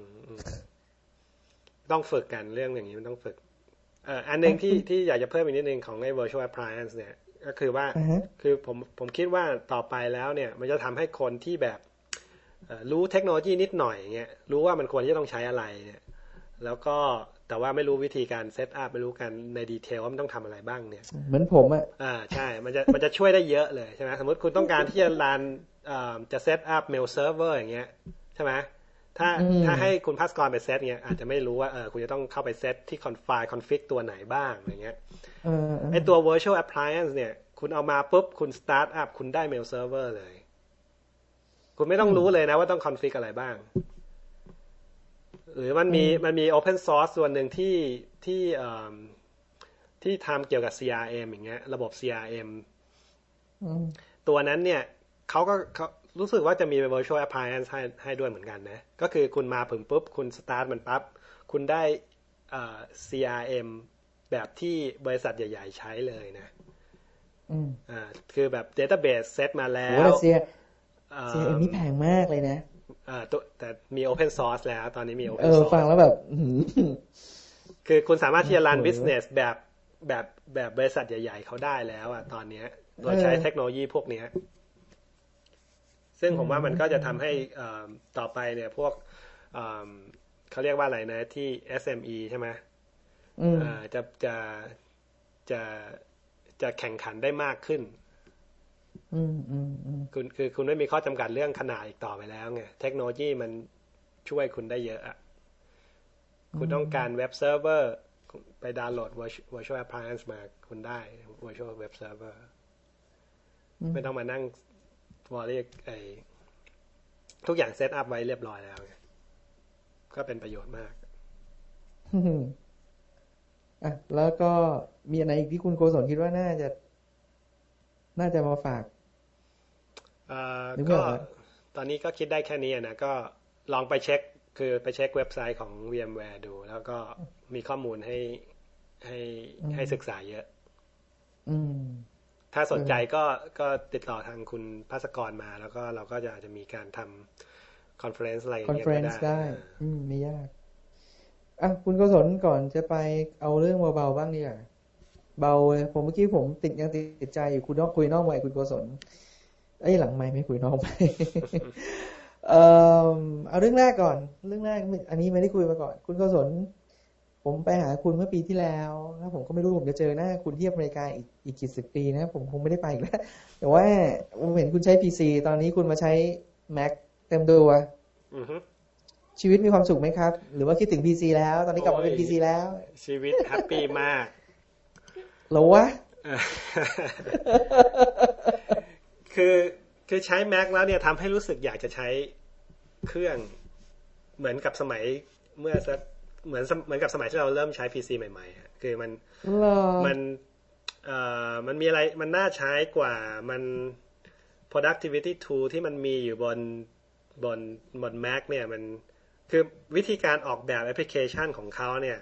ต้องฝึกกันเรื่องอย่างนี้มันต้องฝึกอันนึงที่อยากจะเพิ่มอีกนิดนึงของไอ้ virtual appliance เนี่ยก็คือว่าคือผมคิดว่าต่อไปแล้วเนี่ยมันจะทำให้คนที่แบบรู้เทคโนโลยีนิดหน่อยเงี้ยรู้ว่ามันควรที่จะต้องใช้อะไรเนี่ยแล้วก็แต่ว่าไม่รู้วิธีการเซตอัพไม่รู้กันในดีเทลว่ามันต้องทำอะไรบ้างเนี่ยเหมือนผมใช่มันจะช่วยได้เยอะเลยใช่ไหมสมมติคุณต้องการที่จะรันจะเซตอัพเมลเซิร์ฟเวอร์อย่างเงี้ยใช่ไหมถ้าให้คุณภัสกรไปเซตเงี้ยอาจจะไม่รู้ว่าคุณจะต้องเข้าไปเซตที่คอนฟิกตัวไหนบ้างอย่างเงี้ยไอตัว virtual appliance เนี่ยคุณเอามาปุ๊บคุณ start up คุณได้เมลเซิร์ฟเวอร์เลยคุณไม่ต้องรู้เลยนะว่าต้องคอนฟิกอะไรบ้างหรือมันมี open source ส่วนหนึ่งที่ทำเกี่ยวกับ CRM อย่างเงี้ยระบบ CRM ตัวนั้นเนี่ยเขารู้สึกว่าจะมี virtual appliance ให้ด้วยเหมือนกันนะก็คือคุณมาถึงปุ๊บคุณ start มันปั๊บคุณได้CRM แบบที่บริษัทใหญ่ๆใช้เลยนะคือแบบ database เซตมาแล้ว CRM นี่แพงมากเลยนะแต่มี open source แล้วตอนนี้มี open source ฟังแล้วแบบคือคุณสามารถที่จะ run business แบบบริษัทใหญ่ๆเขาได้แล้วอ่ะตอนนี้โดยใช้เทคโนโลยีพวกนี้ซึ่งผมว่ามันก็จะทำให้ต่อไปเนี่ยพวกเขาเรียกว่าอะไรนะที่ SME ใช่ไหมจะแข่งขันได้มากขึ้นคุณไม่มีข้อจำกัดเรื่องขนาดอีกต่อไปแล้วไงเทคโนโลยีมันช่วยคุณได้เยอะอ่ะคุณต้องการเว็บเซิร์ฟเวอร์ไปดาวน์โหลด virtual appliance มาคุณได้ virtual web server ไม่ต้องมานั่งวอลลี่ทุกอย่างเซตอัพไว้เรียบร้อยแล้วก็เป็นประโยชน์มากแล้วก็มีอะไรอีกที่คุณโกศลคิดว่าน่าจะมาฝากก็ตอนนี้ก็คิดได้แค่นี้นะก็ลองไปเช็คคือไปเช็คเว็บไซต์ของ VMware ดูแล้วก็มีข้อมูลให้ศึกษาเยอะถ้าสนใจก็ติดต่อทางคุณภาสกรมาแล้วก็เราก็จะมีการทำคอนเฟอเรนซ์อะไรอย่างเงี้ยก็ได้ไม่ยากคุณโกศลก่อนจะไปเอาเรื่องเบาๆบ้างดีกว่าเบาเลยผมเมื่อกี้ผมยังติดใจอยู่คุณต้องคุยนอกไมค์คุณโกศลหลังไมค์ไม่คุยนอกไมค์เอาเรื่องแรกก่อนเรื่องแรกอันนี้ไม่ได้คุยมาก่อนคุณโกศลผมไปหาคุณเมื่อปีที่แล้วแล้วผมก็ไม่รู้ผมจะเจอหน้าคุณที่อเมริกาอีกกี่สิบปีนะผมคงไม่ได้ไปอีกแล้วแต่ว่าผมเห็นคุณใช้ PC ตอนนี้คุณมาใช้ Mac เต็มตัวชีวิตมีความสุขไหมครับหรือว่าคิดถึง PC แล้วตอนนี้กลับมาเป็น PC แล้วชีวิตแฮปปี้มากหรอวะคือใช้ Mac แล้วเนี่ยทำให้รู้สึกอยากจะใช้เครื่องเหมือนกับสมัยเมื่อสักเหมือนกับสมัยที่เราเริ่มใช้ PC ใหม่ๆคือมันมีอะไรมันน่าใช้กว่ามัน productivity tool ที่มันมีอยู่บน Mac เนี่ยมันคือวิธีการออกแบบแอปพลิเคชันของเขาเนี่ย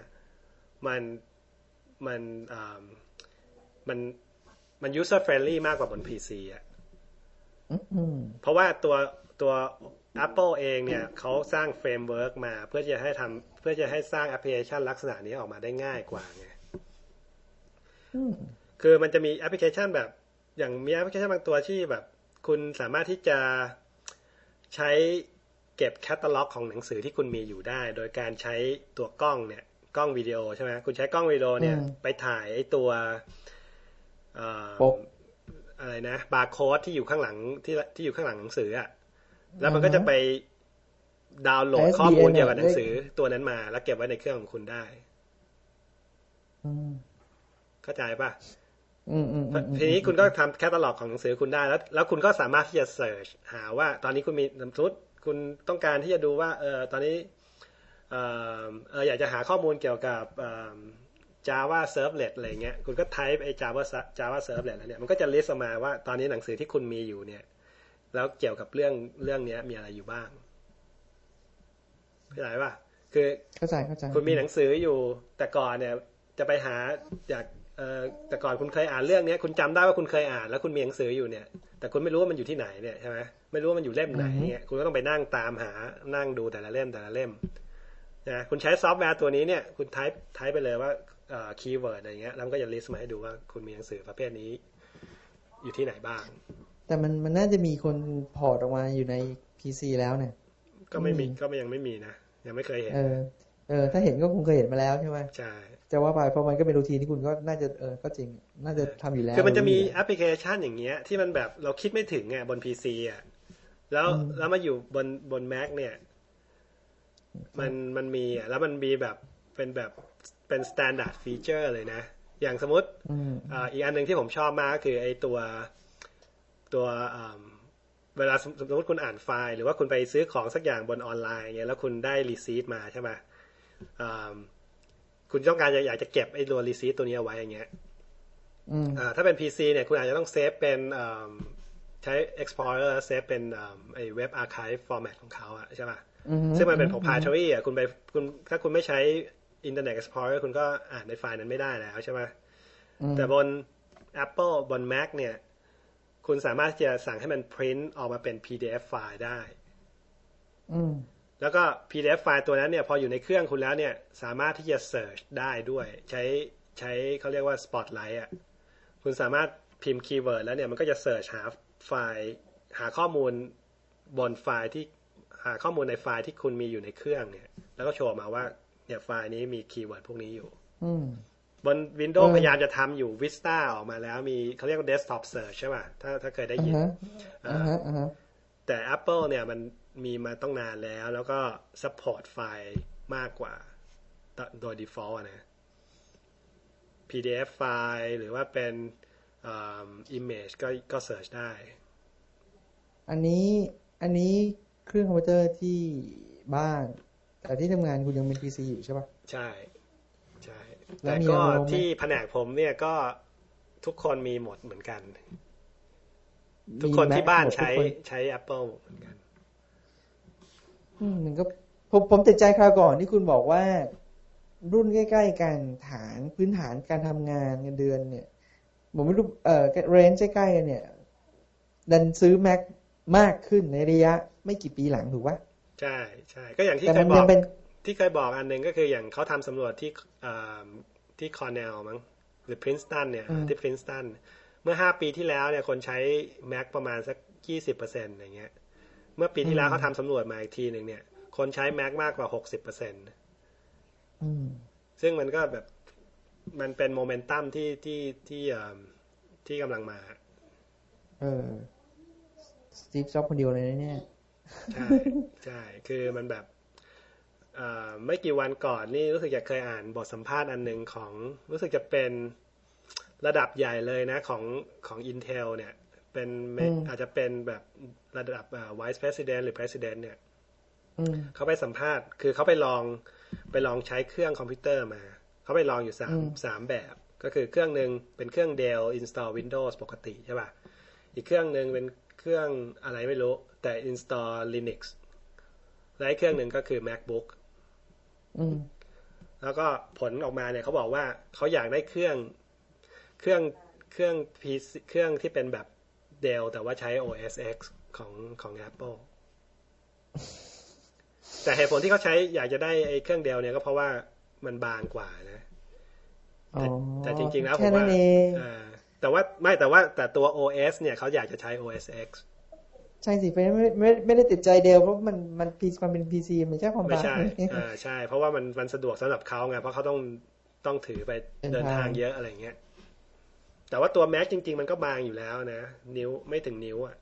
มัน user friendly มากกว่าบน PC อ่ะเพราะว่าตัว Apple เองเนี่ยเขาสร้างเฟรมเวิร์กมาเพื่อจะให้สร้างแอปพลิเคชันลักษณะนี้ออกมาได้ง่ายกว่าไงคือมันจะมีแอปพลิเคชันแบบอย่างมีแอปพลิเคชันบางตัวที่แบบคุณสามารถที่จะใช้เก็บแคตตาล็อกของหนังสือที่คุณมีอยู่ได้โดยการใช้ตัวกล้องเนี่ยกล้องวิดีโอใช่ไหมคุณใช้กล้องวิดีโอเนี่ยไปถ่ายไอ้ตัวอะไรนะบาร์โค้ดที่อยู่ข้างหลังที่อยู่ข้างหลังหนังสืออ่ะแล้วมันก็จะไปดาวน์โหลดข้อมูลเกี่ยวกับหนังสือตัวนั้นมาแล้วเก็บไว้ในเครื่องของคุณได้เข้าใจป่ะทีนี้คุณก็ทำแคตตาล็อกของหนังสือคุณได้แล้วคุณก็สามารถที่จะเสิร์ชหาว่าตอนนี้คุณมีสมมติคุณต้องการที่จะดูว่าตอนนี้อยากจะหาข้อมูลเกี่ยวกับ Java Servlet อะไรเงี้ยคุณก็ type ไอ้ Java Servlet แล้วเนี่ยมันก็จะ list ออกมาว่าตอนนี้หนังสือที่คุณมีอยู่เนี่ยแล้วเกี่ยวกับเรื่องนี้มีอะไรอยู่บ้างเข้าใจป่ะคือเข้าใจคุณมีหนังสืออยู่แต่ก่อนเนี่ยจะไปหาจากแต่ก่อนคุณเคยอ่านเรื่องนี้คุณจำได้ว่าคุณเคยอ่านแล้วคุณมีหนังสืออยู่เนี่ยแต่คุณไม่รู้ว่ามันอยู่ที่ไหนเนี่ยใช่ไหมไม่รู้ว่ามันอยู่เล่มไหนเนี่ยคุณก็ต้องไปนั่งตามหานั่งดูแต่ละเล่มนะคุณใช้ซอฟต์แวร์ตัวนี้เนี่ยคุณไทป์ไปเลยว่าคีย์เวิร์ดอะไรเงี้ยแล้วมันก็จะลิสต์มาให้ดูว่าคุณมีหนังสือประเภทนี้อยู่ที่ไหนบ้างแต่มันน่าจะมีคนพอร์ตออกมาอยู่ใน PC แล้วเนี่ยก็ไม่มีก็ยังไม่มีนะยังไม่เคยเห็นถ้าเห็นก็คงเคยเห็นมาแล้วใช่ไหมใช่จะว่าไปเพราะมันก็เป็นรูทีนที่คุณก็น่าจะก็จริงน่าจะทำอยู่แล้วคือมันจะมีแอปพลิเคชันอย่างเงี้ยที่มันแบบเราคิดไม่ถึงไงบน PC อ่ะแล้วมาอยู่บน Mac เนี่ยมันมีแล้วมันมีแบบเป็น standard feature เลยนะอย่างสมมติอีกอันนึงที่ผมชอบมากคือไอ้ตัวเวลาสมมติคุณอ่านไฟล์หรือว่าคุณไปซื้อของสักอย่างบนออนไลน์เงี้ยแล้วคุณได้รีซีทมาใช่ไหมคุณต้องการอยากจะเก็บไอ้ตัวรีซีทตัวนี้เอาไว้อย่างเงี้ยถ้าเป็น PC เนี่ยคุณอาจจะต้องเซฟเป็นใช้ Explorer เซฟเป็นไอ้ Web Archive format ของเขาอะใช่ป่ะอือฮึซึ่งมันเป็น proprietary อะคุณถ้าคุณไม่ใช้ Internet Explorer คุณก็อ่านในไฟล์นั้นไม่ได้แล้วใช่ป่ะแต่บน Apple บน Mac เนี่ยคุณสามารถจะสั่งให้มัน print ออกมาเป็น PDF ไฟล์ได้แล้วก็ PDF ไฟล์ตัวนั้นเนี่ยพออยู่ในเครื่องคุณแล้วเนี่ยสามารถที่จะ search ได้ด้วยใช้เขาเรียกว่า Spotlight อ่ะคุณสามารถพิมพ์คีย์เวิร์ดแล้วเนี่ยมันก็จะ search หาไฟล์หาข้อมูลบนไฟล์ที่หาข้อมูลในไฟล์ที่คุณมีอยู่ในเครื่องเนี่ยแล้วก็โชว์มาว่าเนี่ยไฟล์นี้มีคีย์เวิร์ดพวกนี้อยู่บน Windows พยายามจะทำอยู่ Vista ออกมาแล้วมีเขาเรียกว่า Desktop Search ใช่ป่ะถ้าเคยได้ยินแต่ Apple เนี่ยมันมีมาต้องนานแล้วก็ support ไฟล์มากกว่าโดย default นะ PDF ไฟล์หรือว่าเป็นimage ก็ search ได้อันนี้เครื่องคอมพิวเตอร์ที่บ้านแต่ที่ทำงานคุณยังเป็น PC อยู่ใช่ป่ะใช่แต่ก็ที่แผนกผมเนี่ยก็ทุกคนมีหมดเหมือนกันทุกคนที่บ้านใช้ Apple เหมือนกันมันก็ผมติดใจคราวก่อนที่คุณบอกว่ารุ่นใกล้ๆกันฐานพื้นฐานการทำงานเงินเดือนเนี่ยผมไม่รู้เรนจ์ใกล้ๆกันเนี่ยดันซื้อ Mac มากขึ้นในระยะไม่กี่ปีหลังถูกป่ะใช่ก็อย่างที่เคยบอกอันนึงก็คืออย่างเขาทำสำรวจที่คอร์เนลมั้งหรือ Princeton เนี่ยที่ Princeton เมื่อ5ปีที่แล้วเนี่ยคนใช้ Mac ประมาณสัก 20% อย่างเงี้ยเมื่อปีที่แล้วเขาทำสำรวจมาอีกทีหนึ่งเนี่ยคนใช้ Mac มากกว่า 60% ซึ่งมันก็แบบมันเป็นโมเมนตัมที่กำลังมาสตีฟ จ็อบส์คนเดียวเลยนะเนี่ยใช่คือมันแบบไม่กี่วันก่อนนี่รู้สึกจะเคยอ่านบทสัมภาษณ์อันนึงของรู้สึกจะเป็นระดับใหญ่เลยนะของ Intel เนี่ยเป็นอาจจะเป็นแบบระดับVice President หรือ President เนี่ยเขาไปสัมภาษณ์คือเขาไปลองใช้เครื่องคอมพิวเตอร์มาเขาไปลองอยู่3แบบก็คือเครื่องนึงเป็นเครื่อง Dell install Windows ปกติใช่ป่ะอีกเครื่องนึงเป็นเครื่องอะไรไม่รู้แต่ install Linux และอีกเครื่องนึงก็คือ MacBook แล้วก็ผลออกมาเนี่ยเขาบอกว่าเขาอยากได้เครื่องที่เป็นแบบ Dell แต่ว่าใช้ OS X ของ Apple แต่เหตุผลที่เขาใช้อยากจะได้ไอ้เครื่อง Dell เนี่ยก็เพราะว่ามันบางกว่านะแต่จริงๆแล้วผมว่าแต่ตัว OS เนี่ยเขาอยากจะใช้ OS X ใช่สิไม่ได้ติดใจเดลเพราะมันเป็น PC มันแค่ความบางใช่เพราะว่ามันสะดวกสำหรับเขาไงเพราะเขาต้องถือไปเดินทางเยอะอะไรเงี้ยแต่ว่าตัว Mac จริงๆมันก็บางอยู่แล้วนะนิ้วไม่ถึงนิ้วอ่ะ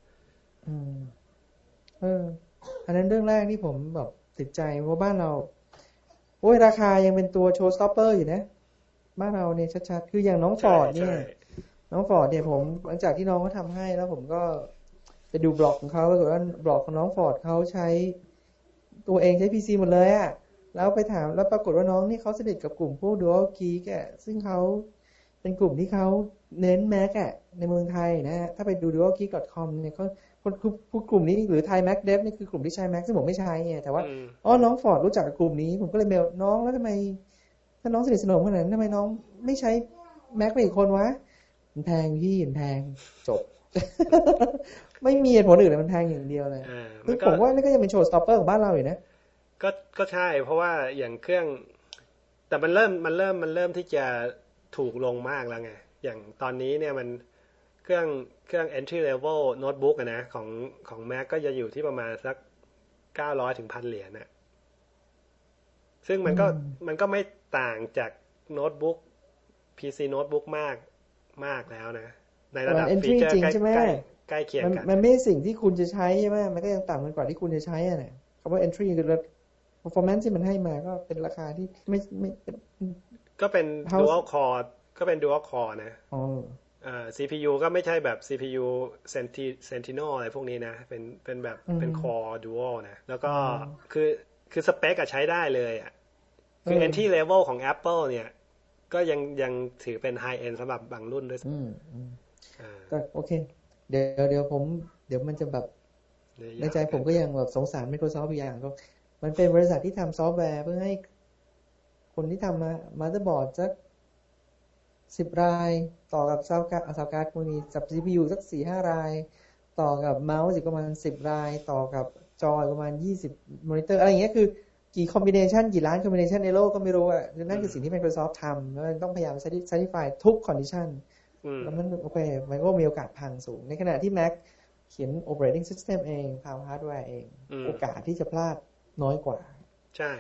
อันนั้นเรื่องแรกที่ผมแบบติดใจเพราะบ้านเราโอ้ยราคายังเป็นตัวโชว์สต็อปเปอร์อยู่นะบ้านเราเนี่ยชัดๆคืออย่างน้องฟอร์ดเนี่ยผมหลังจากที่น้องเขาทำให้แล้วผมก็ไปดูบล็อกของเขาปรากฏว่าบล็อกของน้องฟอร์ดเขาใช้ตัวเองใช้ PC หมดเลยอ่ะแล้วไปถามแล้วปรากฏว่าน้องนี่เขาสนิทกับกลุ่มพวก Dual Geek อ่ะซึ่งเขาเป็นกลุ่มที่เขาเน้น Mac อ่ะในเมืองไทยนะฮะถ้าไปดู dualgeek.com เนี่ยเขาผู้กลุ่มนี้หรือ Thai Mac Dev นี่คือกลุ่มที่ใช้ Mac ซึ่งผมไม่ใช้ไงแต่ว่าน้องฟอร์ดรู้จักกับกลุ่มนี้ผมก็เลยเมลน้องแล้วทำไมถ้าน้องสนิทสนมขนาดนั้นทำไมน้องไม่ใช้ Mac ไปอีกคนวะมันแพงพี่มันแพงจบ ไม่มีเหตุผลอื่นเลยมันแพงอย่างเดียวเลยคือผมว่านี่ก็ยังเป็นโชว์สต็อปเปอร์ของบ้านเราอยู่นะก็ใช่เพราะว่าอย่างเครื่องแต่มันเริ่มที่จะถูกลงมากแล้วไงอย่างตอนนี้เนี่ยมันเครื่อง entry level notebook นะของ Mac ก็จะอยู่ที่ประมาณสัก900 ถึง 1,000 เหรียญนะซึ่งมันก็ไม่ต่างจากโน้ตบุ๊ก PC โน้ตบุ๊กมากแล้วนะในระดับฟีเจอร์ใกล้เคียงกันมันไม่สิ่งที่คุณจะใช้ใช่ไหมมันก็ยังต่ำกันกว่าที่คุณจะใช้อ่ะนะคำว่า entry คือ performance ที่มันให้มาก็เป็นราคาที่ไม่ก็เป็น dual core นะCPU ก็ไม่ใช่แบบ CPU Sentinel อะไรพวกนี้นะเป็นแบบเป็น core dual นะแล้วก็คือสเปคใช้ได้เลยอ่ะคือ entry level ของ Apple เนี่ยก็ยังถือเป็น high end สำหรับบางรุ่นด้วยแต่โอเคเดี๋ยวมันจะแบบในใจผมก็ยังแบบสงสาร Microsoft อยู่อย่างก็มันเป็นบริษัทที่ทำซอฟต์แวร์เพื่อให้คนที่ทำมาเตอร์บอร์ดสัก10 รายต่อกับซาวการ์ดมันมีจับ CPU สัก 4-5 รายต่อกับเมาส์อีกประมาณ10 รายต่อกับจอประมาณ20มอนิเตอร์อะไรอย่างเงี้ยคือกี่คอมบิเนชันกี่ล้านคอมบิเนชันในโลกก็ไม่รู้อ่ะนั่นคือสิ่งที่ Microsoft ทำแล้วมันต้องพยายาม satisfy ทุก condition แล้วมันโอเคมันก็มีโอกาสพังสูงในขณะที่ Mac เขียน operating system เองทำ hardware เองโอกาสที่จะพลาดน้อยกว่าใช่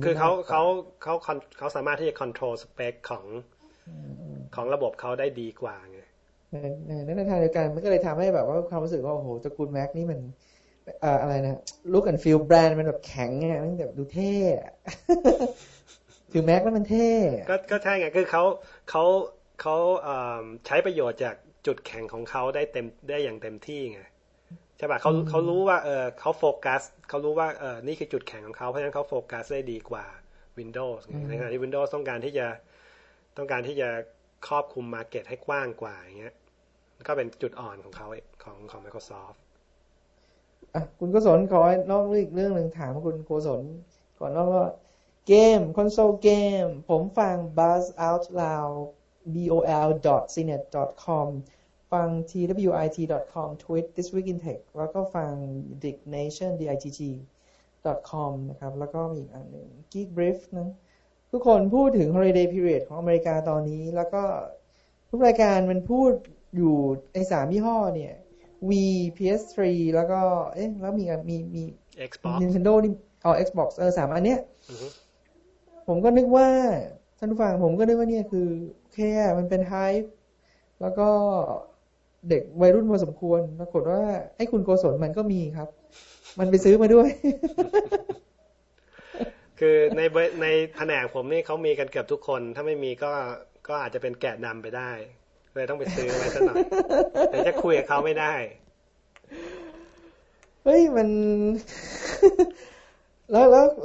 เขาสามารถที่จะ control spec ของระบบเขาได้ดีกว่าไงนั่นในทางเดียวกันมันก็เลยทำให้แบบว่าความรู้สึกว่าโอ้โหตระกูล Mac นี่มันอะไรนะ look and feel แบรนด์มันแบบแข็งไงมันแบบดูเท่คือ Mac แล้วมันเท่ก็ใช่ไงคือเขาใช้ประโยชน์จากจุดแข็งของเขาได้อย่างเต็มที่ไงใช่ป่ะเขารู้ว่าเขาโฟกัสเขารู้ว่านี่คือจุดแข็งของเขาเพราะฉะนั้นเขาโฟกัสได้ดีกว่า Windows ในขณะที่ Windows ต้องการที่จะครอบคลุม market ให้กว้างกว่าอย่างเงี้ยก็เป็นจุดอ่อนของเขาของ Microsoft คุณโกศลขอนอกอีกเรื่องนึงถามคุณโกศลก่อนว่าเกมคอนโซลเกมผมฟัง Buzz Out Loud bol.cnet.com ฟัง twit.com tweet this week in tech แล้วก็ฟัง dignation digg.com นะครับแล้วก็มีอีกอันหนึ่ง Geek Brief นะทุกคนพูดถึง holiday period ของอเมริกาตอนนี้แล้วก็ทุกรายการมันพูดอยู่ไอ้3ยี่ห้อเนี่ย V PS3 แล้วก็แล้วมี Xbox Nintendo นี่Xbox 3อันเนี้ยผมก็นึกว่าท่านผู้ฟังผมก็นึกว่าเนี่ยคือแค่มันเป็นไฮป์แล้วก็เด็กวัยรุ่นพอสมควรปรากฏว่าไอ้คุณโกศลมันก็มีครับมันไปซื้อมาด้วยคือในแผนกผมนี่เขามีกันเกือบทุกคนถ้าไม่มีก็อาจจะเป็นแกะดำไปได้เลยต้องไปซื้อไว้ซะหน่อยแต่จะคุยกับเขาไม่ได้เฮ้ยมัน แล้ว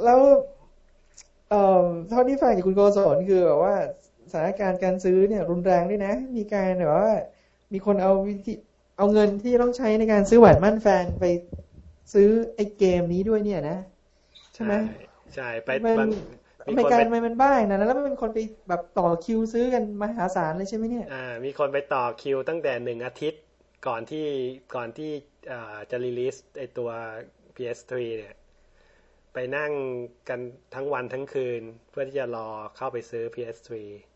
เท่าที่ฟังจากคุณโกศลคือแบบว่าสถานการณ์การซื้อเนี่ยรุนแรงด้วยนะมีการแบบว่ามีคนเอาเงินที่ต้องใช้ในการซื้อบัตรมั่นแฟนไปซื้อไอ้เกมนี้ด้วยเนี่ยนะใช่ไหมใช่ไปไม่การมันบ้านะแล้วมันเป็นคนไปแบบต่อคิวซื้อกันมหาศาลเลยใช่ไหมเนี่ยมีคนไปต่อคิวตั้งแต่1 อาทิตย์ก่อนที่จะรีลีสไอ้ตัว PS3 เนี่ยไปนั่งกันทั้งวันทั้งคืนเพื่อที่จะรอเข้าไปซื้อ PS3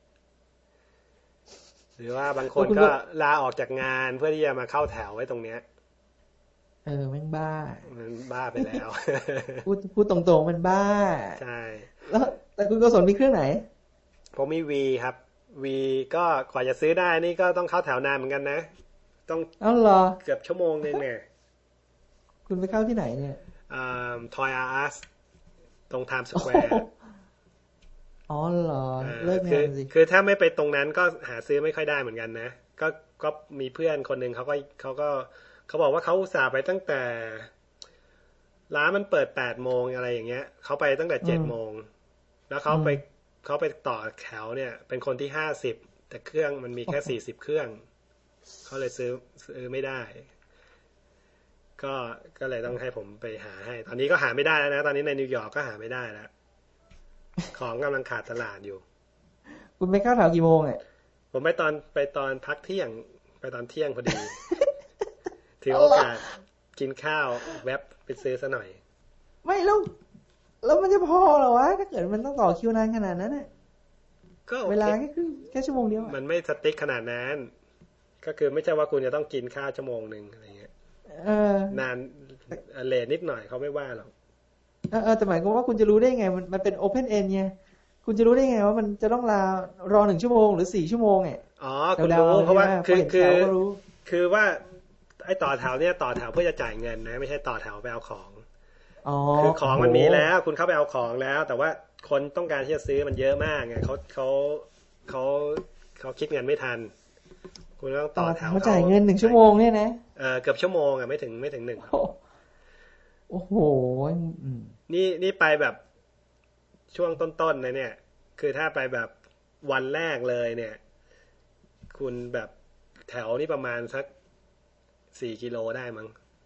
หรือว่าบางคนก็ลาออกจากงานเพื่อที่จะมาเข้าแถวไว้ตรงเนี้ยแม่งบ้ามันบ้าไปแล้วพูดตรงๆมันบ้าใช่แล้วแต่คุณโกศลมีเครื่องไหนผมมี V ครับ V ก็กว่าจะซื้อได้นี่ก็ต้องเข้าแถวนานเหมือนกันนะต้องเกือบชั่วโมงนึงเนี่ยคุณไปเข้าที่ไหนเนี่ย Toys R Us ตรง Times Square อ๋อเหรอเลิกงานสิคือถ้าไม่ไปตรงนั้นก็หาซื้อไม่ค่อยได้เหมือนกันนะก็มีเพื่อนคนนึงเขาบอกว่าเขาอุตส่าห์ไปตั้งแต่ร้านมันเปิด8 โมงอะไรอย่างเงี้ยเขาไปตั้งแต่7 โมงแล้วเขาไปต่อแถวเนี่ยเป็นคนที่50แต่เครื่องมันมีแค่40เครื่องเขาเลยซื้อไม่ได้ก็เลยต้องให้ผมไปหาให้ตอนนี้ก็หาไม่ได้แล้วนะตอนนี้ในนิวยอร์กก็หาไม่ได้แล้วของกำลังขาดตลาดอยู่คุณไปเข้าแถวกี่โมงอ่ะผมไปตอนพักเที่ยงไปตอนเที่ยงพอดีถือโอกาสกินข้าวแวบไปซื้อซะหน่อยไม่แล้วมันจะพอเหรอวะถ้าเกิดมันต้องต่อคิวนานขนาดนั้นน่ะก็เวลาแค่ชั่วโมงเดียวมันไม่สติ๊กขนาดนั้นก็คือไม่ใช่ว่าคุณจะต้องกินข้าวชั่วโมงนึงอะไรเงี้ยนานเลทนิดหน่อยเขาไม่ว่าหรอกแต่หมายความว่าคุณจะรู้ได้ไงมันเป็นโอเพนเอนด์ไงคุณจะรู้ได้ไงว่ามันจะต้องรอ1 ชั่วโมงหรือ4 ชั่วโมงเนี่ยคุณรู้เพราะว่าคือว่าไอ้ต่อแถวเนี่ยต่อแถวเพื่อจะจ่ายเงินนะไม่ใช่ต่อแถวไปเอาของคือของมันมีแล้วคุณเข้าไปเอาของแล้วแต่ว่าคนต้องการที่จะซื้อมันเยอะมากไงเขาคิดเงินไม่ทันคุณต้องต่อแถวเขาจ่ายเงิน1 ชั่วโมงเนี่ยนะเกือบชั่วโมงไม่ถึง1 โอ้โหนี่ไปแบบช่วงต้นๆนะเนี่ยคือถ้าไปแบบวันแรกเลยเนี่ยคุณแบบแถวนี่ประมาณสัก 4 กิโลได้มั้ง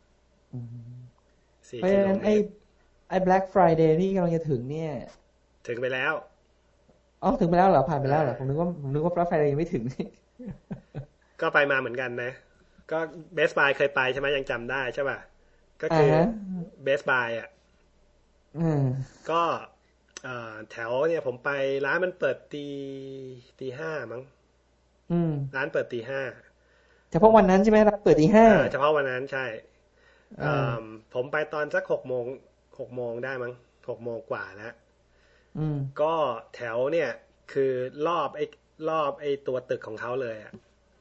4 เพราะฉะนั้นไอ้ Black Friday ที่กำลังจะถึงเนี่ยถึงไปแล้วถึงไปแล้วเหรอผ่านไปแล้วเหรอผมนึกว่า Black Friday ยังไม่ถึงก็ไปมาเหมือนกันนะก็ Best Buy เคยไปใช่ไหมยังจำได้ใช่ป่ะก็คือ Best Buy อ่ะก็แถวเนี่ยผมไปร้านมันเปิดตี 5มั้งร้านเปิดตี 5 เฉพาะวันนั้นใช่ไหมร้านเปิดตี 5 เฉพาะวันนั้นใช่ผมไปตอนสัก6 โมงได้มั้ง6 โมงกว่าแล้วก็แถวเนี่ยคือรอบไอ้ตัวตึกของเขาเลยอ่ะ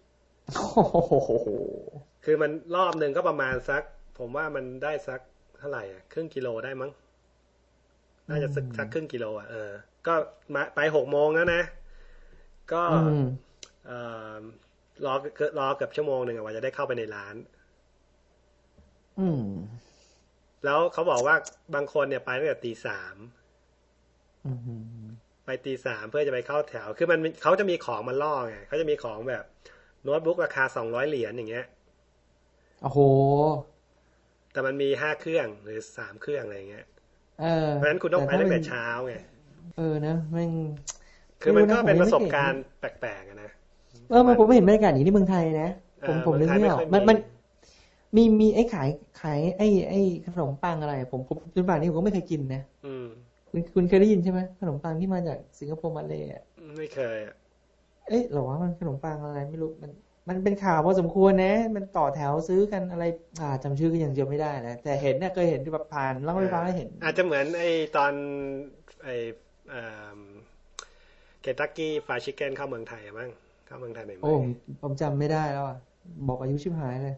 คือมันรอบนึงก็ประมาณสักผมว่ามันได้สักเท่าไหร่อ่ะครึ่งกิโลได้มั้งน่าจะสักครึ่งกิโลอ่ะก็มาไป6 โมงแล้วนะก็รอเกือบชั่วโมงนึงว่าจะได้เข้าไปในร้านแล้วเขาบอกว่าบางคนเนี่ยไปตั้งแต่ตี 3ไปตี 3เพื่อจะไปเข้าแถวคือเขาจะมีของมาล่อไงเขาจะมีของแบบโน้ตบุ๊กราคา200 เหรียญอย่างเงี้ยโอ้โหแต่มันมี5 เครื่องหรือ3 เครื่องอะไรเงี้ยเพราะฉะนั้นคุณต้องไปตั้งแต่เช้าไงนะมันคือมันก็เป็นประสบการณ์แปลกๆนะผมไม่เห็นบรรยากาศอย่างนี้ที่เมืองไทยนะผมนึกไม่ออกมันมีไอ้ขายไอ้ขนมปังอะไรผมจนป่านนี้ผมก็ไม่เคยกินนะคุณเคยได้ยินใช่ไหมขนมปังที่มาจากสิงคโปร์มาเลย์ไม่เคยหรอว่ามันขนมปังอะไรไม่รู้มันเป็นข่าวพอสมควรนะมันต่อแถวซื้อกันอะไรจำชื่อก็ยังจำไม่ได้นะแต่เห็นเนี่ยเคยเห็นที่แบบผ่านแล้วก็ไปฟังได้เห็นอาจจะเหมือนไอ้ตอนไอ้เคนตักกี้ฟรายชิคเก้นเข้าเมืองไทยมั้งเข้าเมืองไทยใหม่ๆผมจำไม่ได้แล้วบอกอายุชิบหายเลย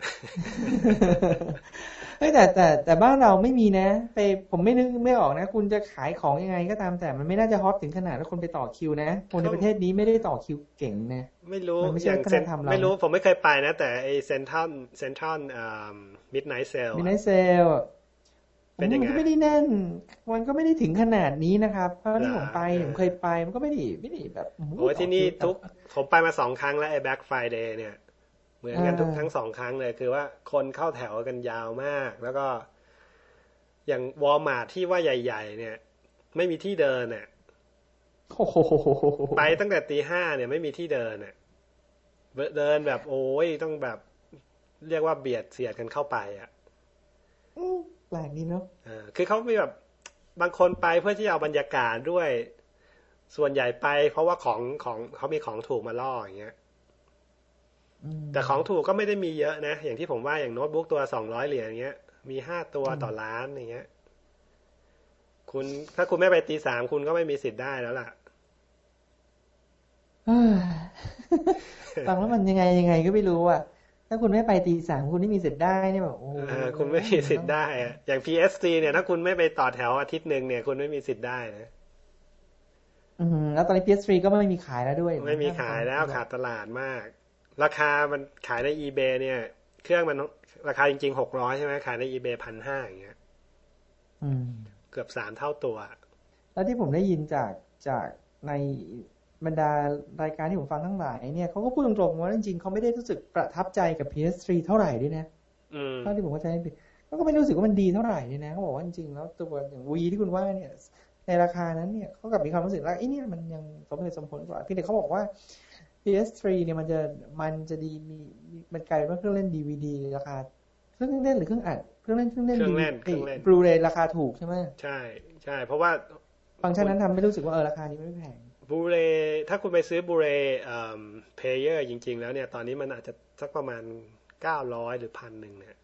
แต่บ้านเราไม่มีนะผมไม่ออกนะคุณจะขายของยังไงก็ตามแต่มันไม่น่าจะฮอตถึงขนาดแล้วคนไปต่อคิวนะคนในประเทศนี้ไม่ได้ต่อคิวเก่งนะไม่รู้อย่างไม่รู้ผมไม่เคยไปนะแต่ไอ้เซ็นทรัลมิดไนท์เซลเป็นยังไงมันก็ไม่ได้แน่นมันก็ไม่ได้ถึงขนาดนี้นะครับเพราะที่ผมเคยไปมันก็ไม่ได้แบบโอ้ที่นี่ผมไปมา2 ครั้งแล้วไอ้ Black Friday เนี่ยเหมือนกันทั้ง2 ครั้งเลยคือว่าคนเข้าแถวกันยาวมากแล้วก็อย่างวอลมาร์ทที่ว่าใหญ่ๆเนี่ยไม่มีที่เดินเนี่ยไปตั้งแต่ตี 5เนี่ยไม่มีที่เดินเนี่ยเดินแบบโอ้ยต้องแบบเรียกว่าเบียดเสียดกันเข้าไปอ่ะแปลกดีเนาะคือเขามีแบบบางคนไปเพื่อที่จะเอาบรรยากาศด้วยส่วนใหญ่ไปเพราะว่าของเขามีของถูกมาล่ออย่างเงี้ยแต่ของถูกก็ไม่ได้มีเยอะนะอย่างที่ผมว่าอย่างโน้ตบุ๊กตัว200 เหรียญอย่างเงี้ยมี5 ตัวต่อล้านอย่างเงี้ยถ้าคุณไม่ไปตี 3คุณก็ไม่มีสิทธิ์ได้แล้วล่ะฟังแล้วมันยังไงก็ไม่รู้อ่ะถ้าคุณไม่ไปตี 3คุณไม่มีสิทธิ์ได้นี่แบบโอ้คุณไม่มีสิทธิ์ได้อ่ะอย่าง PSC เนี่ยถ้าคุณไม่ไปต่อแถวอาทิตย์นึงเนี่ยคุณไม่มีสิทธิ์ได้นะแล้วตอนนี้ PS3 ก็ไม่มีขายแล้วด้วยไม่มีขายแล้วขาดตลาดมากราคามันขายใน eBay เนี่ยเครื่องมันราคาจริงๆ600ใช่ไหมขายใน eBay 1,500อย่างเงี้ยเกือบ3 เท่าตัวแล้วที่ผมได้ยินจากในบรรดารายการที่ผมฟังทั้งหลายเนี่ยเขาก็พูดตรงๆว่าจริงๆเขาไม่ได้รู้สึกประทับใจกับ PS3 เท่าไหร่ด้วยนะเท่าที่ผมเข้าใจเขาก็ไม่รู้สึกว่ามันดีเท่าไหร่นี่นะเขาบอกว่าจริงๆแล้วตัวอย่าง V ที่คุณว่าเนี่ยในราคานั้นเนี่ยเขากับมีความรู้สึกว่าไอ้นี่มันยังสมเหตุสมผลกว่าเพียงแต่เขาบอกว่า PS3 เนี่ยมันจะดีมันกลายเป็นว่าเครื่องเล่น DVD ราคาเครื่องเล่นหรือเครื่องอัดเครื่องเล่นบลูเรย์ราคาถูกใช่ไหมใช่เพราะว่าฟังก์ชันนั้นทำให้รู้สึกว่าราคานี้ไม่แพงบลูเรย์ถ้าคุณไปซื้อบลูเรย์เพลเยอร์จริงๆแล้วเนี่ยตอนนี้มันอาจจะสักประมาณ900หรือ 1,000 เนี่ย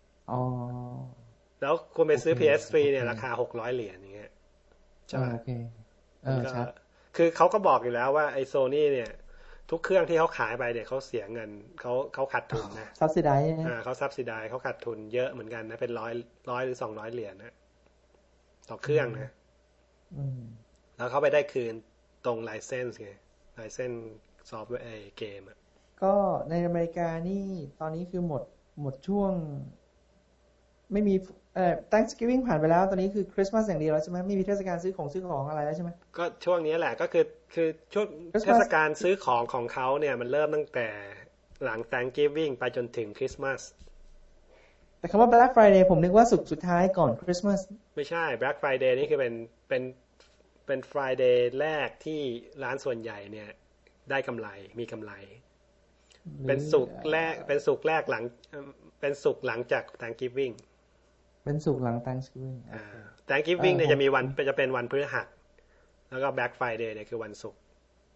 แล้วคุณไปซื้อ PS3 เนี่ยราคา600 เหรียญอย่างเงี้ยใช่โอเคครับคือเขาก็บอกอยู่แล้วว่าไอ้ Sony เนี่ยทุกเครื่องที่เขาขายไปเนี่ยเขาเสียเงินเขาขาดทุนนะซับซิไดเขาซับซิไดเขาขาดทุนเยอะเหมือนกันนะเป็น100หรือ200 เหรียญนะต่อเครื่องนะแล้วเขาไปได้คืนตรงไลเซนส์ไงไลเซนส์ซอฟต์แวร์เกมก็ในอเมริกานี่ตอนนี้คือหมดช่วงไม่มีThanksgiving ผ่านไปแล้วตอนนี้คือคริสต์มาสอย่างเดียวแล้วใช่ไหมไม่มีเทศกาลซื้อของอะไรแล้วใช่ไหมก็ช่วงนี้แหละก็คือช่วงเทศกาลซื้อของเขาเนี่ยมันเริ่มตั้งแต่หลัง Thanksgiving ไปจนถึงคริสต์มาสแต่คำว่า Black Friday ผมนึกว่าศุกร์สุดท้ายก่อนคริสต์มาสไม่ใช่ Black Friday นี่คือเป็น Friday แรกที่ร้านส่วนใหญ่เนี่ยได้กำไรมีกำไรเป็นศุกร์แรกหลังเป็นศุกร์หลังจาก Thanksgiving เป็นศุกร์หลัง Thanksgiving Thanksgiving เนี่ยจะมีวันจะเป็นวันพฤหัสแล้วก็ Black Friday เนี่ยคือวันศุกร์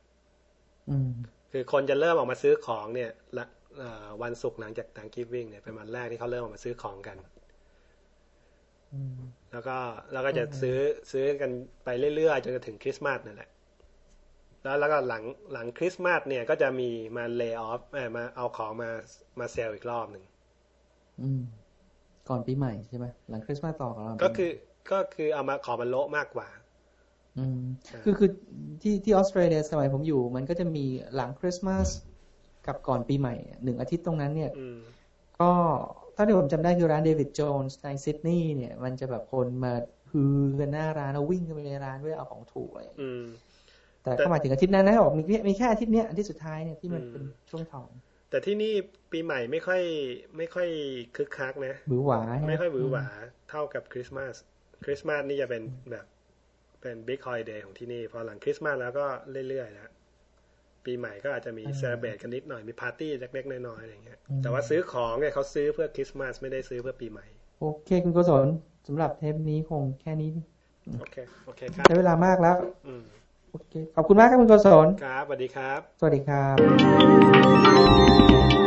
คือคนจะเริ่มออกมาซื้อของเนี่ยวันศุกร์หลังจาก Thanksgiving เนี่ยเป็นวันแรกที่เขาเริ่มออกมาซื้อของกันแล้วก็จะซื้อกันไปเรื่อยๆจนถึงคริสต์มาสนั่นแหละแล้วก็หลังคริสต์มาสเนี่ยก็จะมีมาเลย์ออฟมาเอาของมาเซลล์อีกรอบหนึ่งก่อนปีใหม่ใช่ไหมหลังคริสต์มาสต่อของเราก็คือเอามาขอมันโละมากกว่าคือที่ออสเตรเลียสมัยผมอยู่มันก็จะมีหลังคริสต์มาสกับก่อนปีใหม่1 อาทิตย์ตรงนั้นเนี่ยก็ถ้าที่ผมจำได้คือร้านเดวิดโจนส์ในซิดนีย์เนี่ยมันจะแบบคนมาฮือกันหน้าร้านแล้ววิ่งกันไปในร้านเพื่อเอาของถูกอะไรแต่ก็หมายถึงอาทิตย์นั้นนะบอกมีแค่อาทิตย์เนี้ยอาทิตย์สุดท้ายเนี่ยที่มันเป็นช่วงทองแต่ที่นี่ปีใหม่ไม่ค่อยคึกคักนะหวือหวาไม่ค่อยหวือหวาเท่ากับคริสต์มาสนี่จะเป็นแบบเป็นบิ๊กฮอลิเดย์ของที่นี่พอหลังคริสต์มาสแล้วก็เรื่อยๆแล้วปีใหม่ก็อาจจะมีเซเลบเรตกันนิดหน่อยมีปาร์ตี้เล็กๆน้อยๆอะไรอย่างเงี้ยแต่ว่าซื้อของเนี่ยเขาซื้อเพื่อคริสต์มาสไม่ได้ซื้อเพื่อปีใหม่โอเคคุณโกศลสำหรับเทปนี้คงแค่นี้โอเคครับใช้เวลามากแล้วโอเคขอบคุณมากครับคุณโกศลครับสวัสดีครับสวัสดีครับ